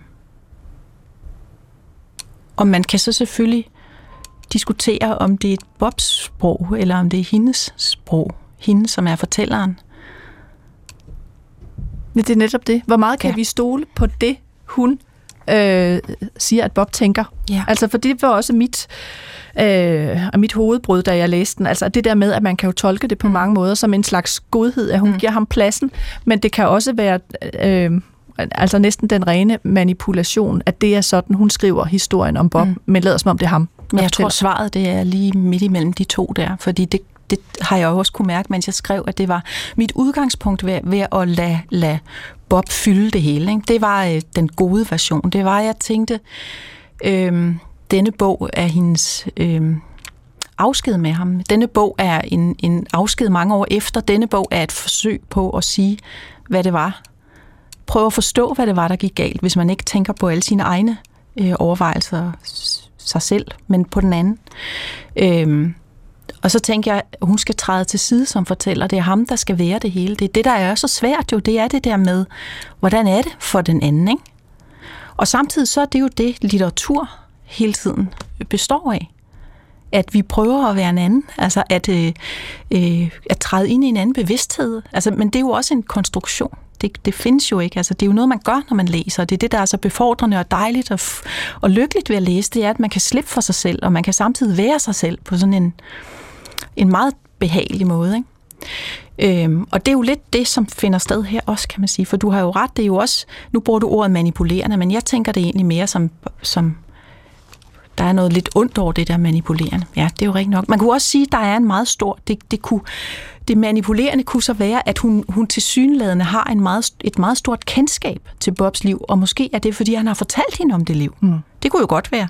Og man kan så selvfølgelig diskutere, om det er et Bobs sprog, eller om det er hendes sprog. Hende, som er fortælleren. Ja, det er netop det. Hvor meget kan ja. vi stole på det, hun øh, siger, at Bob tænker? Ja. Altså, for det var også mit... Øh, og mit hovedbrud, da jeg læste den. Altså det der med, at man kan jo tolke det på mange måder som en slags godhed, at hun mm. giver ham pladsen, men det kan også være øh, altså næsten den rene manipulation, at det er sådan, hun skriver historien om Bob, mm. men lader som om det er ham. Men jeg tror, svaret det er lige midt imellem de to der, fordi det, det har jeg også kunne mærke, mens jeg skrev, at det var mit udgangspunkt ved, ved at lade, lade Bob fylde det hele. Ikke? Det var øh, den gode version. Det var, jeg tænkte... Øh, Denne bog er hendes øh, afsked med ham. Denne bog er en, en afsked mange år efter. Denne bog er et forsøg på at sige, hvad det var. Prøv at forstå, hvad det var, der gik galt, hvis man ikke tænker på alle sine egne øh, overvejelser sig selv, men på den anden. Øh, og så tænker jeg, at hun skal træde til side som fortæller. Det er ham, der skal være det hele. Det er det, der er så svært jo. Det er det der med, hvordan er det for den anden, ikke? Og samtidig så er det jo det, litteratur hele tiden består af. At vi prøver at være en anden, altså at, øh, øh, at træde ind i en anden bevidsthed. Altså, men det er jo også en konstruktion. Det, det findes jo ikke. Altså, det er jo noget, man gør, når man læser. Det er det, der er så befordrende og dejligt og, f- og lykkeligt ved at læse, det er, at man kan slippe for sig selv, og man kan samtidig være sig selv på sådan en, en meget behagelig måde, ikke? Øhm, og det er jo lidt det, som finder sted her også, kan man sige. For du har jo ret, det er jo også, nu bruger du ordet manipulerende, men jeg tænker det egentlig mere som, som der er noget lidt ondt over det der manipulerende. Ja, det er jo rigtigt nok. Man kunne også sige, at der er en meget stor, det, det, kunne, det manipulerende kunne så være, at hun, hun tilsyneladende har en meget, et meget stort kendskab til Bobs liv, og måske er det, fordi han har fortalt hende om det liv. Mm. Det kunne jo godt være.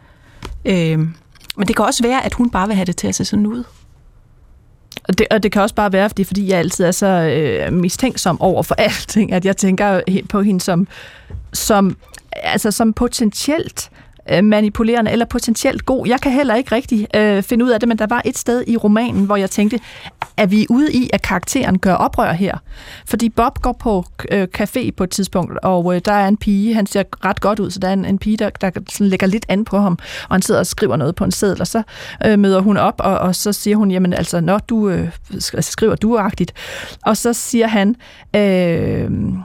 Øhm, men det kan også være, at hun bare vil have det til at se sådan ud. Og det, og det kan også bare være, fordi, fordi jeg altid er så øh, mistænksom over for alting, at jeg tænker på hende som, som, altså som potentielt manipulerende eller potentielt god. Jeg kan heller ikke rigtig øh, finde ud af det, men der var et sted i romanen, hvor jeg tænkte, er vi ude i, at karakteren gør oprør her? Fordi Bob går på øh, café på et tidspunkt, og øh, der er en pige, han ser ret godt ud, så der er en, en pige, der, der sådan lægger lidt an på ham, og han sidder og skriver noget på en seddel, og så øh, møder hun op, og, og så siger hun, jamen altså, når du øh, skriver du-agtigt, og så siger han, øh,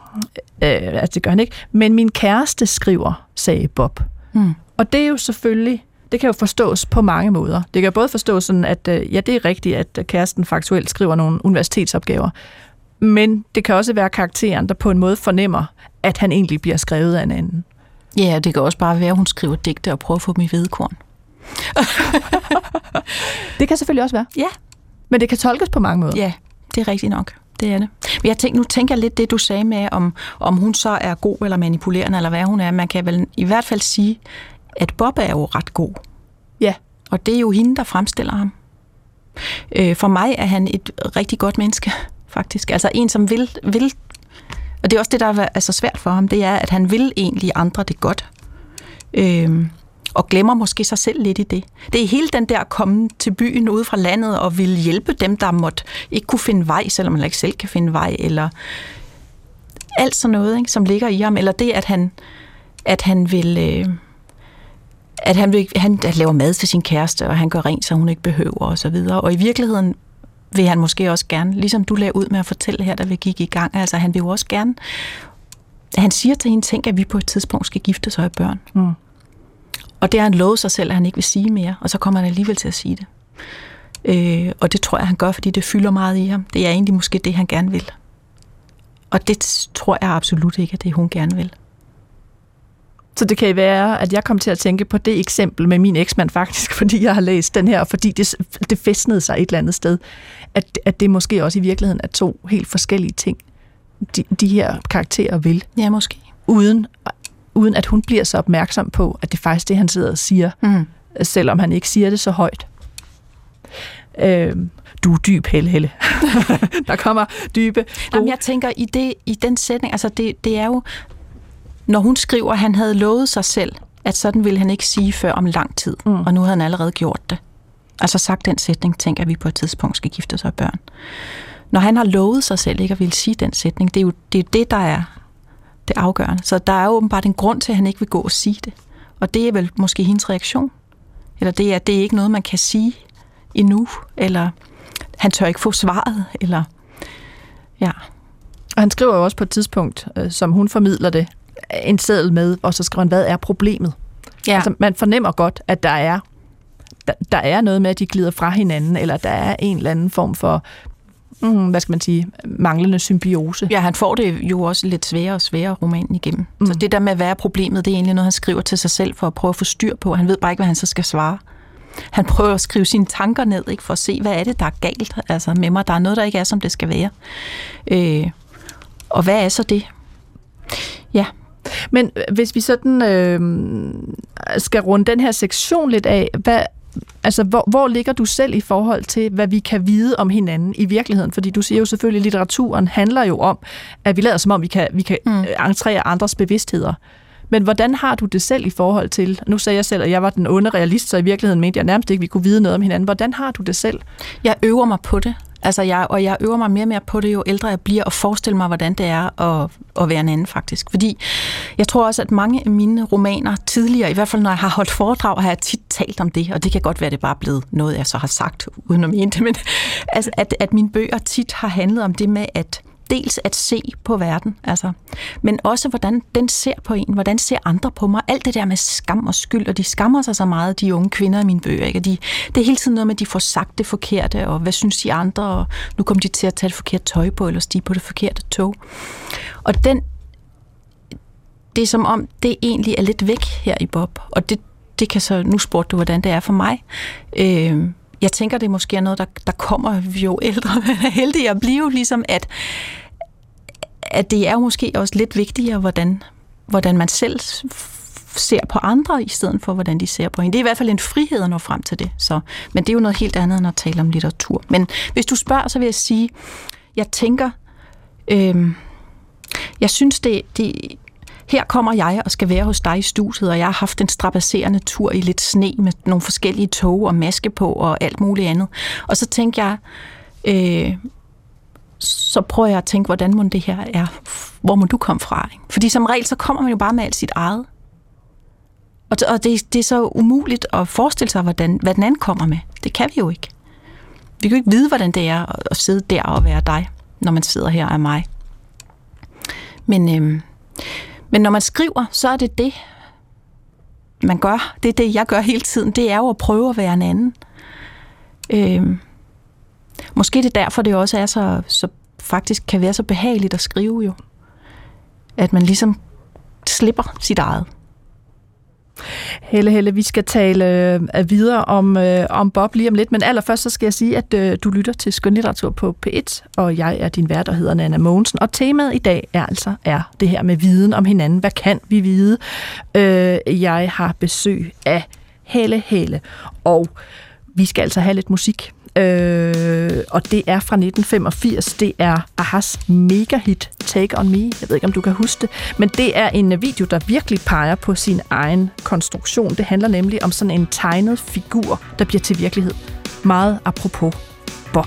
øh, altså det gør han ikke, men min kæreste skriver, sagde Bob. Hmm. Og det er jo selvfølgelig, det kan jo forstås på mange måder. Det kan både forstås sådan, at ja, det er rigtigt, at kæresten faktuelt skriver nogle universitetsopgaver, men det kan også være karakteren, der på en måde fornemmer, at han egentlig bliver skrevet af en anden. Ja, det kan også bare være, at hun skriver digte og prøver at få dem i hvedekorn. Det kan selvfølgelig også være. Ja. Men det kan tolkes på mange måder. Ja, det er rigtigt nok. Det er det. Men jeg tænker, nu tænker jeg lidt det, du sagde med, om, om hun så er god eller manipulerende, eller hvad hun er. Man kan vel i hvert fald sige, at Bob er jo ret god. Ja. Og det er jo hende, der fremstiller ham. Øh, for mig er han et rigtig godt menneske, faktisk. Altså en, som vil, vil og det er også det, der er så svært for ham, det er, at han vil egentlig andre det godt. Øh, og glemmer måske sig selv lidt i det. Det er hele den der at komme til byen ude fra landet og vil hjælpe dem, der måtte ikke kunne finde vej, selvom man ikke selv kan finde vej, eller alt sådan noget, ikke, som ligger i ham. Eller det, at han, at han vil... Øh, at han, vil, han laver mad til sin kæreste, og han gør rent, så hun ikke behøver, og så videre. Og i virkeligheden vil han måske også gerne, ligesom du lagde ud med at fortælle her, da vi gik i gang, altså han vil jo også gerne, han siger til hende, tænk, at vi på et tidspunkt skal gifte sig og have børn. Mm. Og det har han lovet sig selv, at han ikke vil sige mere, og så kommer han alligevel til at sige det. Øh, og det tror jeg, han gør, fordi det fylder meget i ham. Det er egentlig måske det, han gerne vil. Og det tror jeg absolut ikke, at det hun gerne vil. Så det kan være, at jeg kom til at tænke på det eksempel med min eksmand faktisk, fordi jeg har læst den her, og fordi det, det fæstnede sig et eller andet sted, at, at det måske også i virkeligheden er to helt forskellige ting, de, de her karakterer vil. Ja, måske. Uden, uden at hun bliver så opmærksom på, at det er faktisk det, han sidder og siger, mm. selvom han ikke siger det så højt. Øh, du er dyb, Helle, Helle. Der kommer dybe. Jamen, jeg tænker, i, det, i den sætning, altså det, det er jo, når hun skriver, at han havde lovet sig selv, at sådan ville han ikke sige før om lang tid, mm. og nu havde han allerede gjort det. Altså sagt den sætning, tænker at vi på et tidspunkt skal gifte sig og børn. Når han har lovet sig selv ikke at ville sige den sætning, det er jo det, er det der er det afgørende. Så der er jo åbenbart en grund til, at han ikke vil gå og sige det. Og det er vel måske hendes reaktion. Eller det er, det er ikke noget, man kan sige endnu, eller han tør ikke få svaret, eller ja. Og han skriver jo også på et tidspunkt, øh, som hun formidler det, en seddel med, og så skriver han, hvad er problemet? Ja. Altså, man fornemmer godt, at der er, der, der er noget med, at de glider fra hinanden, eller der er en eller anden form for, mm, hvad skal man sige, manglende symbiose. Ja, han får det jo også lidt sværere og sværere romanen igennem. Mm. Så det der med, hvad er problemet, det er egentlig noget, han skriver til sig selv for at prøve at få styr på. Han ved bare ikke, hvad han så skal svare. Han prøver at skrive sine tanker ned, ikke, for at se, hvad er det, der er galt altså, med mig. Der er noget, der ikke er, som det skal være. Øh, og hvad er så det? Ja. Men hvis vi sådan øh, skal runde den her sektion lidt af, hvad, altså, hvor, hvor ligger du selv i forhold til, hvad vi kan vide om hinanden i virkeligheden? Fordi du siger jo selvfølgelig, at litteraturen handler jo om, at vi lader som om, vi kan, vi kan mm. entrere andres bevidstheder. Men hvordan har du det selv i forhold til, nu sagde jeg selv, at jeg var den onde realist, så i virkeligheden mente jeg nærmest ikke, vi kunne vide noget om hinanden. Hvordan har du det selv? Jeg øver mig på det. Altså jeg, og jeg øver mig mere og mere på det, jo ældre jeg bliver, og forestiller mig, hvordan det er at, at være en anden faktisk. Fordi jeg tror også, at mange af mine romaner tidligere, i hvert fald når jeg har holdt foredrag, har jeg tit talt om det, og det kan godt være, det bare er blevet noget, jeg så har sagt, uden at mene det, men altså, at, at mine bøger tit har handlet om det med, at dels at se på verden, altså, men også hvordan den ser på en, hvordan ser andre på mig. Alt det der med skam og skyld, og de skammer sig så meget, de unge kvinder i mine bøger. Ikke? De, det er hele tiden noget med, at de får sagt det forkerte, og hvad synes de andre, og nu kommer de til at tage det forkerte tøj på, eller stige på det forkerte tog. Og den, det er som om, det egentlig er lidt væk her i Bob, og det, det kan så, nu spurgte du, hvordan det er for mig. Øh, Jeg tænker, det måske er noget, der, der kommer jo ældre, men er heldig at blive, ligesom at, at det er jo måske også lidt vigtigere, hvordan, hvordan man selv ser på andre, i stedet for, hvordan de ser på en. Det er i hvert fald en frihed at nå frem til det. Så, men det er jo noget helt andet, end at tale om litteratur. Men hvis du spørger, så vil jeg sige, jeg tænker, øh, jeg synes, det, det her kommer jeg og skal være hos dig i studiet, og jeg har haft en strabasserende tur i lidt sne med nogle forskellige tog og maske på og alt muligt andet. Og så tænker jeg, øh, så prøver jeg at tænke, hvordan må det her er, hvor må du komme fra? Ikke? Fordi som regel, så kommer man jo bare med alt sit eget. Og, og det, det er så umuligt at forestille sig, hvordan, hvad den anden kommer med. Det kan vi jo ikke. Vi kan jo ikke vide, hvordan det er at sidde der og være dig, når man sidder her af mig. Men... Øh, Men når man skriver, så er det det, man gør. Det er det, jeg gør hele tiden. Det er jo at prøve at være en anden. Øh, måske det er derfor, det også er så, så faktisk kan være så behageligt at skrive jo. At man ligesom slipper sit eget. Helle, Helle, vi skal tale øh, videre om, øh, om Bob lige om lidt, men allerførst så skal jeg sige, at øh, du lytter til Skønlitteratur på P et, og jeg er din vært, der hedder Nanna Mogensen, og temaet i dag er altså er det her med viden om hinanden. Hvad kan vi vide? Øh, jeg har besøg af Helle Helle. Og vi skal altså have lidt musik. Øh, og det er fra nitten femogfirs. Det er Ahas megahit Take On Me. Jeg ved ikke, om du kan huske det. Men det er en video, der virkelig peger på sin egen konstruktion. Det handler nemlig om sådan en tegnet figur, der bliver til virkelighed. Meget apropos Bob.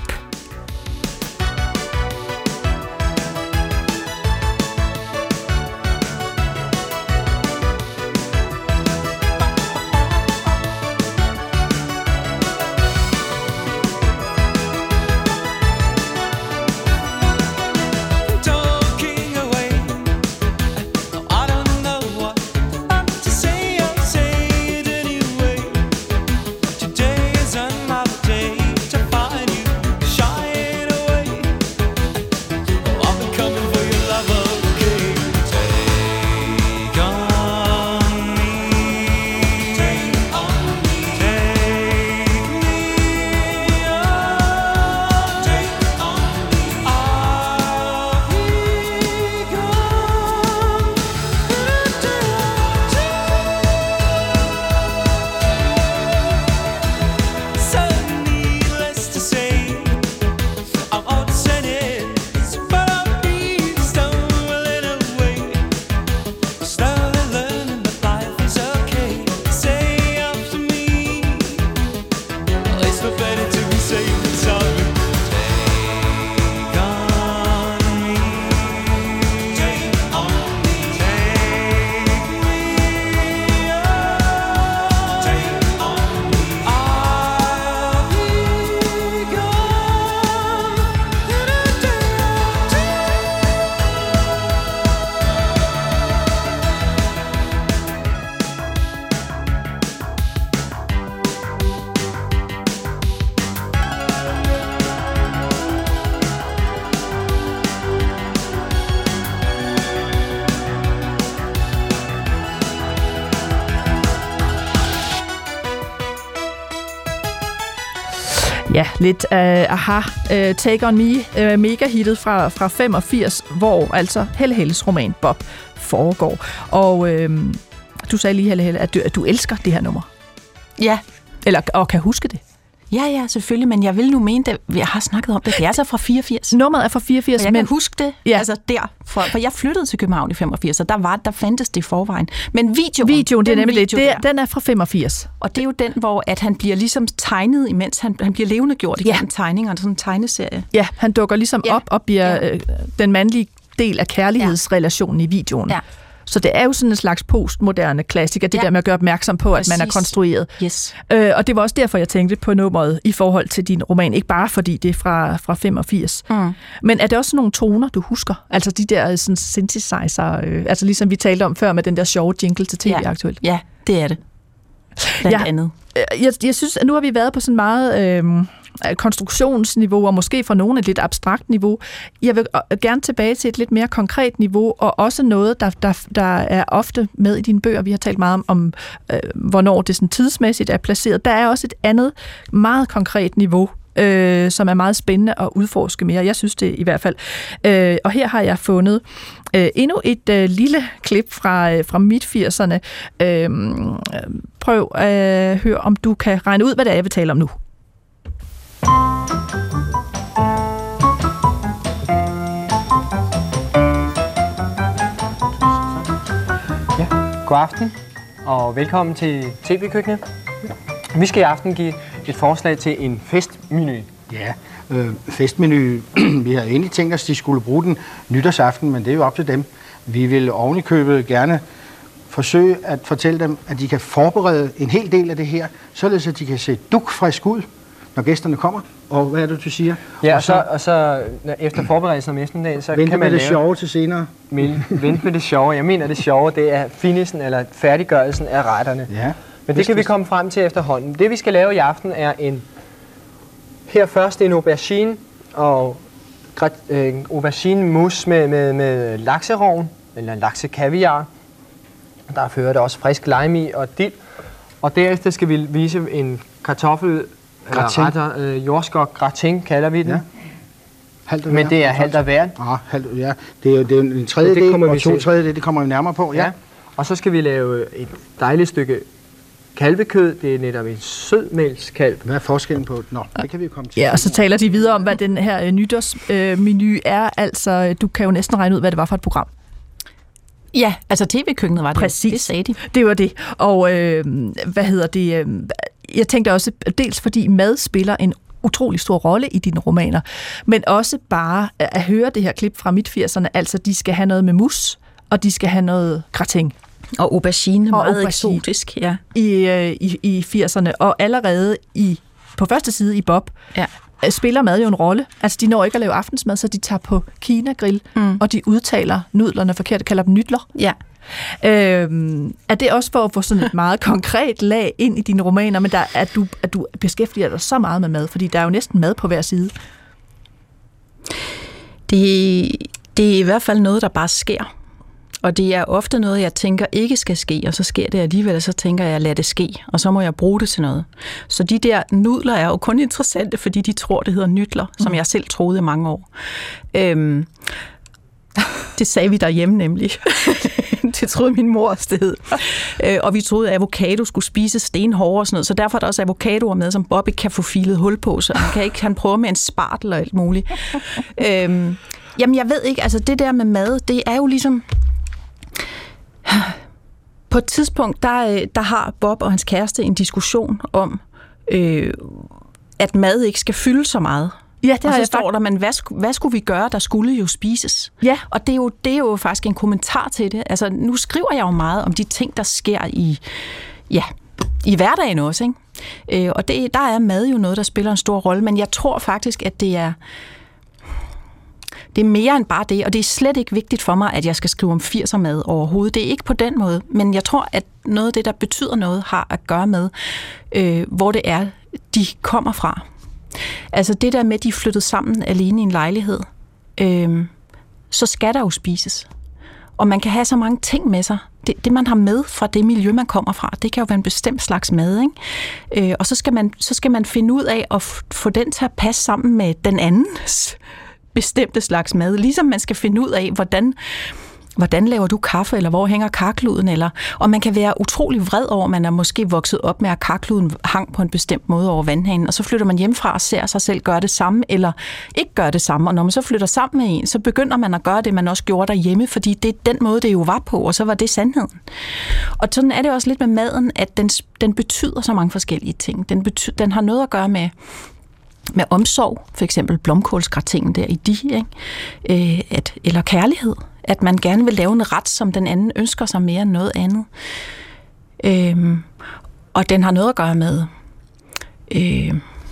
Ja, lidt uh, aha, uh, Take On Me, uh, megahittet fra, fra femogfirs, hvor altså Helle Helles roman Bob foregår. Og uh, du sagde lige, Helle Helle, at du, at du elsker det her nummer. Ja. Eller, og kan huske det. Ja, ja, selvfølgelig, men jeg vil nu mene det. Jeg har snakket om det. Det er altså fra fireogfirs. Nummeret er fra fireogfirs, og jeg men... kan huske det, ja. Altså der. For, for jeg flyttede til København i femogfirs, og der, var, der fandtes det i forvejen. Men videoen, videoen det er nemlig video det. Den er fra femogfirs. Og det er jo den, hvor at han bliver ligesom tegnet, imens han, han bliver levende gjort igennem ja. tegninger. Sådan en tegneserie. Ja, han dukker ligesom ja. op og bliver ja. øh, den mandlige del af kærlighedsrelationen ja. i videoen. Ja. Så det er jo sådan en slags postmoderne klassiker, det ja. der med at gøre opmærksom på, Præcis. at man er konstrueret. Yes. Øh, og det var også derfor, jeg tænkte på nummeret i forhold til din roman. Ikke bare fordi det er fra, fra femogfirs. Mm. Men er det også nogle toner, du husker? Altså de der sådan, synthesizer, øh, altså ligesom vi talte om før med den der sjove jingle til T V ja. Aktuelt. Ja, det er det. Blandt ja. andet. Jeg, jeg synes, at nu har vi været på sådan meget... Øh, konstruktionsniveau, og måske fra nogen et lidt abstrakt niveau. Jeg vil gerne tilbage til et lidt mere konkret niveau, og også noget, der, der, der er ofte med i dine bøger. Vi har talt meget om, om øh, hvornår det sådan tidsmæssigt er placeret. Der er også et andet, meget konkret niveau, øh, som er meget spændende at udforske mere. Jeg synes det i hvert fald. Øh, og her har jeg fundet øh, endnu et øh, lille klip fra, øh, fra midt-firserne. Øh, prøv at øh, høre, om du kan regne ud, hvad det er, jeg vil tale om nu. Ja, god aften og velkommen til T V-køkkenet. Vi skal i aften give et forslag til en festmenu. Ja, øh, festmenu. Vi har egentlig tænkt os, at de skulle bruge den nytårsaften, men det er jo op til dem. Vi vil oven i købet gerne forsøge at fortælle dem, at de kan forberede en hel del af det her, således at de kan se dugfrisk ud, når gæsterne kommer. Og hvad er det, du siger? Ja, og så, og så efter forberedelsen om eftermiddagen, så vente kan man med det lave... sjove til senere. Men, vente med det sjove. Jeg mener, det sjove, det er finishen eller færdiggørelsen af retterne. Ja. Men det kan vi komme frem til efterhånden. Det, vi skal lave i aften, er en... Her først en aubergine og øh, aubergine mousse med, med, med lakserovn, eller laksekaviar. Der fører det også frisk lime i og dild. Og derefter skal vi vise en kartoffel... Gratin. Retter, øh, jordskok gratin kalder vi den. Ja. Halvt Men det er halvt af hvert. Ah, halvt, ja. Det er jo, det er jo en tredjedel og to tredjedel, det kommer vi nærmere på. Ja. Ja. Og så skal vi lave et dejligt stykke kalvekød, det er netop en sødmælkskalv. Hvad er forskellen på det? Nå, det kan vi jo komme til. Ja, og så taler de videre om, hvad den her øh, nytårsmenu øh, er. Altså, du kan jo næsten regne ud, hvad det var for et program. Ja, altså T V-køkkenet var det. Præcis. Det sagde de. Det var det. Og øh, hvad hedder det? Øh, jeg tænkte også, dels fordi mad spiller en utrolig stor rolle i dine romaner, men også bare at høre det her klip fra midt firserne, altså de skal have noget med mus, og de skal have noget gratin. Og aubergine, og meget aubergine. eksotisk, ja. I, øh, i, i firserne, og allerede i, på første side i Bob, ja. spiller mad jo en rolle. Altså, de når ikke at lave aftensmad, så de tager på Kina-grill, mm. og de udtaler nudlerne forkert, kalder dem nydler. Ja. Øhm, er det også for at få sådan et meget konkret lag ind i dine romaner, men der, at, du, at du beskæftiger dig så meget med mad, fordi der er jo næsten mad på hver side? Det, det er i hvert fald noget, der bare sker. Og det er ofte noget, jeg tænker ikke skal ske, og så sker det alligevel, og så tænker jeg, lad det ske, og så må jeg bruge det til noget. Så de der nudler er jo kun interessante, fordi de tror, det hedder nydler, mm. som jeg selv troede i mange år. Øhm, det sagde vi derhjemme nemlig. Det troede min mor også, det hed. Øh, og vi troede, at avocado skulle spise stenhårde og sådan noget, så derfor er der også avocadoer med, som Bob ikke kan få filet hul på, så han kan ikke, han prøver med en spartel og alt muligt. øhm, jamen, jeg ved ikke, altså det der med mad, det er jo ligesom... På et tidspunkt, der, der har Bob og hans kæreste en diskussion om, øh, at mad ikke skal fylde så meget. Ja, det og har så jeg står fakt- der, men hvad, hvad skulle vi gøre? Der skulle jo spises. Ja. Og det er, jo, det er jo faktisk en kommentar til det. Altså, nu skriver jeg jo meget om de ting, der sker i, ja, i hverdagen også, ikke? Øh, og det, der er mad jo noget, der spiller en stor rolle, men jeg tror faktisk, at det er... Det er mere end bare det, og det er slet ikke vigtigt for mig, at jeg skal skrive om firser mad overhovedet. Det er ikke på den måde, men jeg tror, at noget af det, der betyder noget, har at gøre med, øh, hvor det er, de kommer fra. Altså det der med, at de er flyttet sammen alene i en lejlighed, øh, så skal der jo spises. Og man kan have så mange ting med sig. Det, det man har med fra det miljø, man kommer fra, det kan jo være en bestemt slags mad, ikke? Øh, og så skal, man, så skal man finde ud af at f- få den til at passe sammen med den andens bestemte slags mad. Ligesom man skal finde ud af, hvordan, hvordan laver du kaffe, eller hvor hænger karkluden, eller, og man kan være utrolig vred over, at man er måske vokset op med, at karkluden hang på en bestemt måde over vandhanen, og så flytter man hjemmefra og ser sig selv gøre det samme, eller ikke gøre det samme, og når man så flytter sammen med en, så begynder man at gøre det, man også gjorde derhjemme, fordi det er den måde, det jo var på, og så var det sandheden. Og sådan er det også lidt med maden, at den, den betyder så mange forskellige ting. Den, betyder, den har noget at gøre med med omsorg, for eksempel blomkålsgratingen der i de, ikke? Øh, at, eller kærlighed, at man gerne vil lave en ret, som den anden ønsker sig mere end noget andet. Øh, og den har noget at gøre med øh,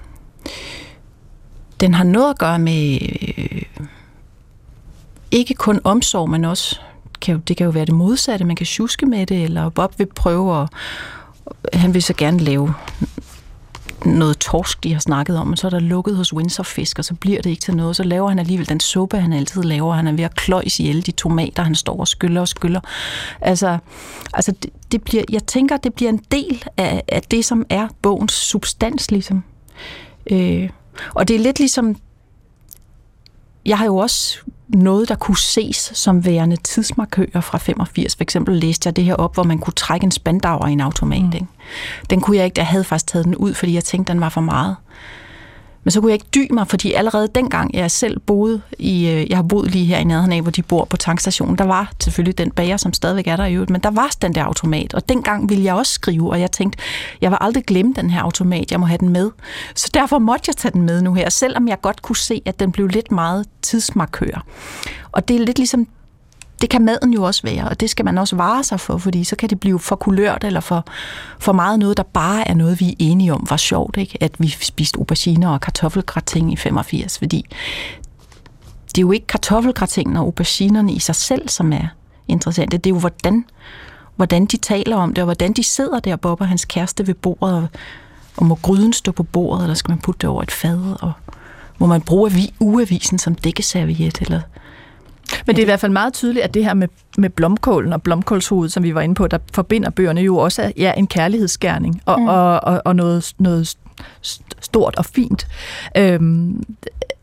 den har noget at gøre med øh, ikke kun omsorg, men også kan jo, det kan jo være det modsatte, man kan sjuske med det, eller Bob vil prøve at, han vil så gerne lave noget torsk, de har snakket om, og så er der lukket hos Windsor Fisk, og så bliver det ikke til noget. Så laver han alligevel den suppe, han altid laver. Han er ved at kløjs ihjel de tomater, han står og skyller og skyller. Altså, altså det, det bliver, jeg tænker, det bliver en del af, af det, som er bogens substans, ligesom. Øh, og det er lidt ligesom, jeg har jo også noget, der kunne ses som værende tidsmarkører fra femogfirs. For eksempel læste jeg det her op, hvor man kunne trække en spandauer i en automat. Mm. Ikke? Den kunne jeg ikke, jeg havde faktisk taget den ud, fordi jeg tænkte, den var for meget. Men så kunne jeg ikke dy mig, fordi allerede dengang, jeg selv boede i, jeg har boet lige her i nærheden af, hvor de bor på tankstationen, der var selvfølgelig den bager, som stadigvæk er der i øvrigt, men der var den der automat, og dengang ville jeg også skrive, og jeg tænkte, jeg vil aldrig glemme den her automat, jeg må have den med. Så derfor måtte jeg tage den med nu her, selvom jeg godt kunne se, at den blev lidt meget tidsmarkør. Og det er lidt ligesom, det kan maden jo også være, og det skal man også vare sig for, fordi så kan det blive for kulørt, eller for, for meget noget, der bare er noget, vi er enige om, var sjovt, ikke? At vi spiste auberginer og kartoffelgratin i femogfirs, fordi det er jo ikke kartoffelgratinen og auberginerne i sig selv, som er interessante. Det er jo, hvordan, hvordan de taler om det, og hvordan de sidder der, Bob og hans kæreste ved bordet, og, og må gryden stå på bordet, eller skal man putte det over et fad, og må man bruge ugeavisen som dækkeserviet, eller... Men det er i hvert fald meget tydeligt, at det her med, med blomkålen og blomkålshovedet, som vi var inde på, der forbinder bøgerne jo også er ja, en kærlighedsgerning og, mm. og, og, og noget, noget stort og fint. Øhm,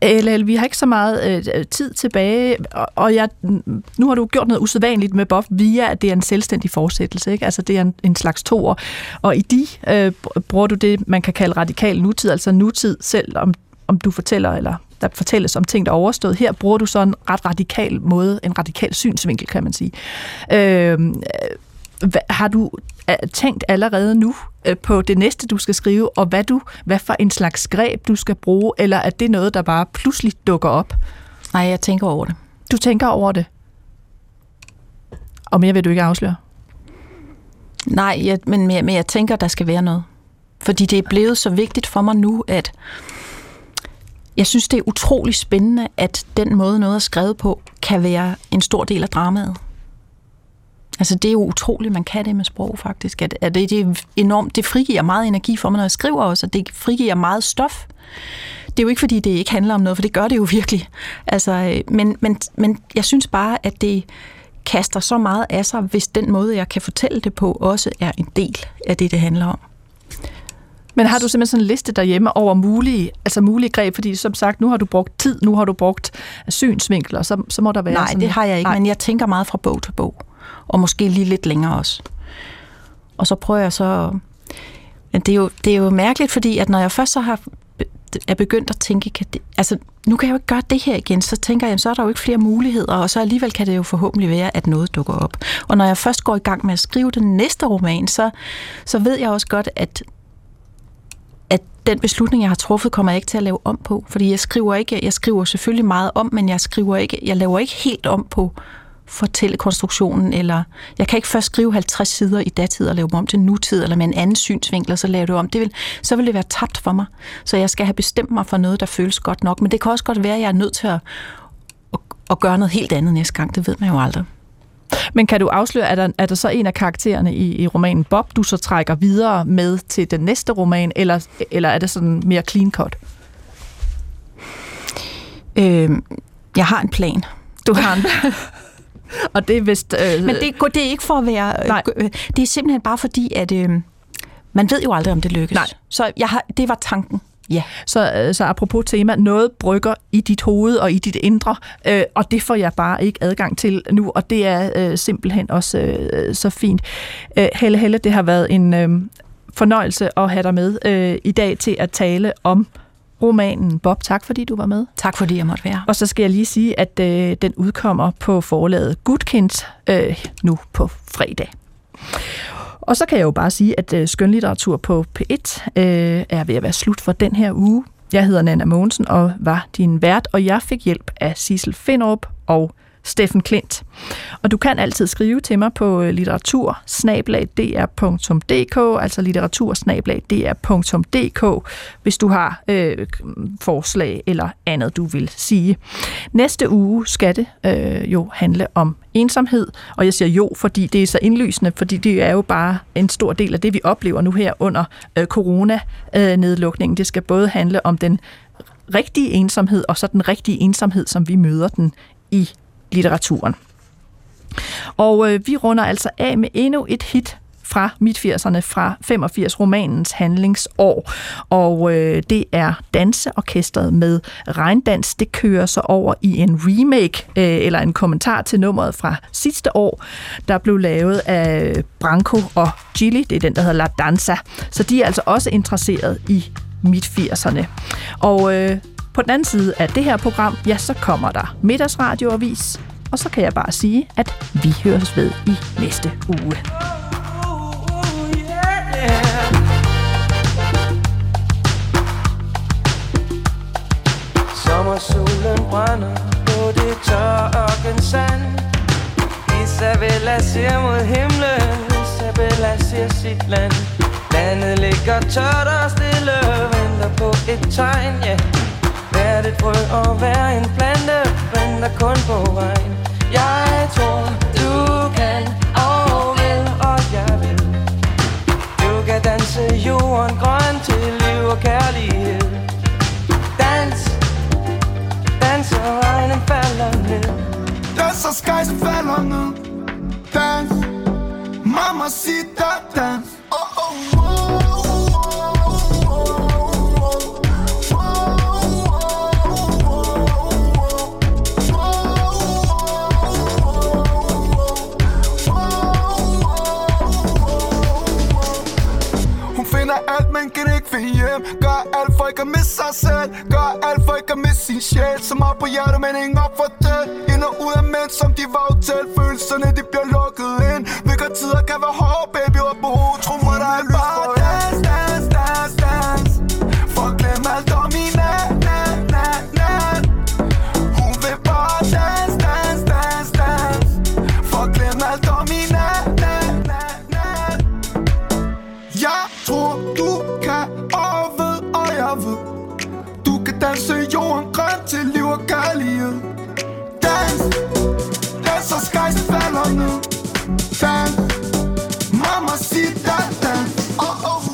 L L, vi har ikke så meget øh, tid tilbage, og, og jeg, nu har du gjort noget usædvanligt med Bob via, at det er en selvstændig fortsættelse, ikke? Altså det er en, en slags toer, og i de øh, bruger du det, man kan kalde radikal nutid, altså nutid selv, om, om du fortæller, eller der fortælles om ting, der er overstået. Her bruger du så en ret radikal måde, en radikal synsvinkel, kan man sige. Øh, har du tænkt allerede nu på det næste, du skal skrive, og hvad, du, hvad for en slags greb, du skal bruge, eller er det noget, der bare pludselig dukker op? Nej, jeg tænker over det. Du tænker over det? Og mere vil du ikke afsløre? Nej, jeg, men, men jeg tænker, der skal være noget. Fordi det er blevet så vigtigt for mig nu, at jeg synes, det er utrolig spændende, at den måde, noget er skrevet på, kan være en stor del af dramaet. Altså, det er jo utroligt, man kan det med sprog, faktisk. At, at det, det er enormt, det frigiver meget energi for mig, når jeg skriver også, og det frigiver meget stof. Det er jo ikke, fordi det ikke handler om noget, for det gør det jo virkelig. Altså, men, men, men jeg synes bare, at det kaster så meget af sig, hvis den måde, jeg kan fortælle det på, også er en del af det, det handler om. Men har du simpelthen sådan en liste derhjemme over mulige, altså mulige greb? Fordi som sagt, nu har du brugt tid, nu har du brugt synsvinkler, så, så må der være Nej, sådan... det har jeg ikke, Nej. Men jeg tænker meget fra bog til bog. Og måske lige lidt længere også. Og så prøver jeg så... Men det er jo, det er jo mærkeligt, fordi at når jeg først så har er begyndt at tænke, kan det, altså nu kan jeg jo ikke gøre det her igen, så tænker jeg, så er der jo ikke flere muligheder, og så alligevel kan det jo forhåbentlig være, at noget dukker op. Og når jeg først går i gang med at skrive den næste roman, så, så ved jeg også godt, at at den beslutning, jeg har truffet, kommer jeg ikke til at lave om på. Fordi jeg skriver ikke, jeg skriver selvfølgelig meget om, men jeg skriver ikke, jeg laver ikke helt om på fortællekonstruktionen, eller jeg kan ikke først skrive halvtreds sider i datid og lave dem om til nutid, eller med en anden synsvinkel, og så lave det om. Det vil, så vil det være tabt for mig. Så jeg skal have bestemt mig for noget, der føles godt nok. Men det kan også godt være, at jeg er nødt til at, at, at gøre noget helt andet næste gang. Det ved man jo aldrig. Men kan du afsløre, er der, er der så en af karaktererne i, i romanen Bob, du så trækker videre med til den næste roman, eller, eller er det sådan mere clean cut? Øh, jeg har en plan. Du har en Og det er vist... Øh... Men det, det er ikke for at være... Nej. Øh, det er simpelthen bare fordi, at øh, man ved jo aldrig, om det lykkes. Nej. Så jeg har, det var tanken. Ja. Så, så apropos tema, noget brygger i dit hoved og i dit indre, øh, og det får jeg bare ikke adgang til nu, og det er øh, simpelthen også øh, så fint. Øh, Helle Helle, det har været en øh, fornøjelse at have dig med øh, i dag til at tale om romanen Bob. Tak fordi du var med. Tak fordi jeg måtte være. Og så skal jeg lige sige, at øh, den udkommer på forlaget Gudkind øh, nu på fredag. Og så kan jeg jo bare sige, at øh, skønlitteratur på P et øh, er ved at være slut for den her uge. Jeg hedder Nanna Mogensen og var din vært, og jeg fik hjælp af Sissel Finderup og Steffen Klint. Og du kan altid skrive til mig på litteratur snabel-a d r punktum d k, altså litteratur snabel-a d r punktum d k, hvis du har øh, forslag eller andet, du vil sige. Næste uge skal det øh, jo handle om ensomhed, og jeg siger jo, fordi det er så indlysende, fordi det er jo bare en stor del af det, vi oplever nu her under øh, corona-nedlukningen. Det skal både handle om den rigtige ensomhed, og så den rigtige ensomhed, som vi møder den i litteraturen. Og øh, vi runder altså af med endnu et hit fra midt-firserne, fra femogfirs, romanens handlingsår. Og øh, det er Danseorkestret med Regndans. Det kører så over i en remake, øh, eller en kommentar til nummeret fra sidste år, der blev lavet af Branco og Gilli. Det er den, der hedder La Danza. Så de er altså også interesseret i midt-firserne. Og øh, på den anden side af det her program, ja, så kommer der middagsradioavis, og så kan jeg bare sige, at vi høres ved i næste uge. Sommersolen brænder på det tørre sand. Isabella ser mod himlen, Isabella ser sit land. Landet ligger tørt og stille, venter på et tegn, ja. Vær det frø og vær en plante, venter kun på vejen. Jeg tror, du kan og vil, og jeg vil. Du kan danse jorden grøn til liv og kærlighed. Dans, dans og regnen falder ned. Dans og sky som falder ned. Dans, mamacita, dans. Oh, oh, oh, oh, oh, oh, oh. glem. Gør alt for ikke at miste sig selv. Gør alt for ikke at miste sin sjæl. Som op på hjertet, men ingen op for det. Ind og ud af mænd, som de var til. Følelserne, de bliver lukket ind. Hvilke tider kan være hårde, baby, og bo. Tro mig, der er bare dance, dance, dance, dance. For glem alt om i nat, nat, nat, nat. Hun vil bare dance, dance, dance, dance. For glem alt om i nat, nat, nat, nat. Jeg tror, du kan og ved, og jeg ved. Du kan danse jorden grøn til liv og kærlighed. Dans, dans og skejsen falder ned. Dans, mamma siger dans, dans. Oh, oh.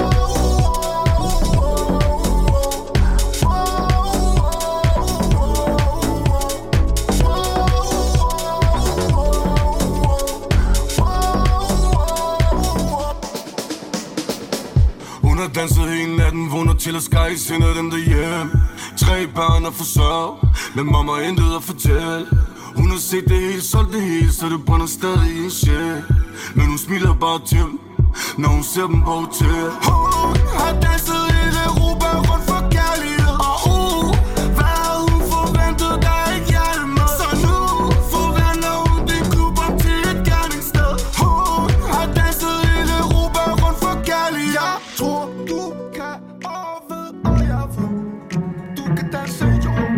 Hun har danset hele natten, vågner til at skære, sender dem derhjem. Tre børn at forsørge, men mamma intet at fortælle. Hun har set det hele, solgt det hele, så det brænder stadig i en sjæl. Men hun smiler bare til dem, når hun ser dem på hotel. Hun har danset hele Europa rundt for kærlighed. Og uh, hvad havde hun forventet, der ikke hjalp med? Så nu forvandler hun det klubber til et gerningssted. Hun har danset hele Europa rundt for kærlighed. Jeg tror, du kan og ved, og jeg ved. Du kan danse jorden.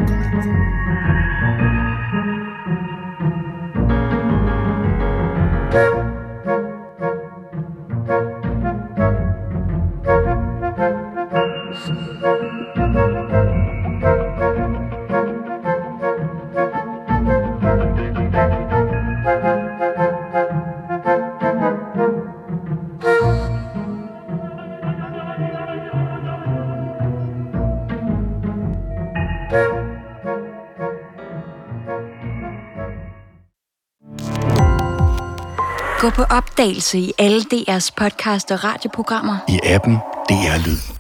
Gå på opdagelse i alle D R's podcast og radioprogrammer. I appen D R Lyd.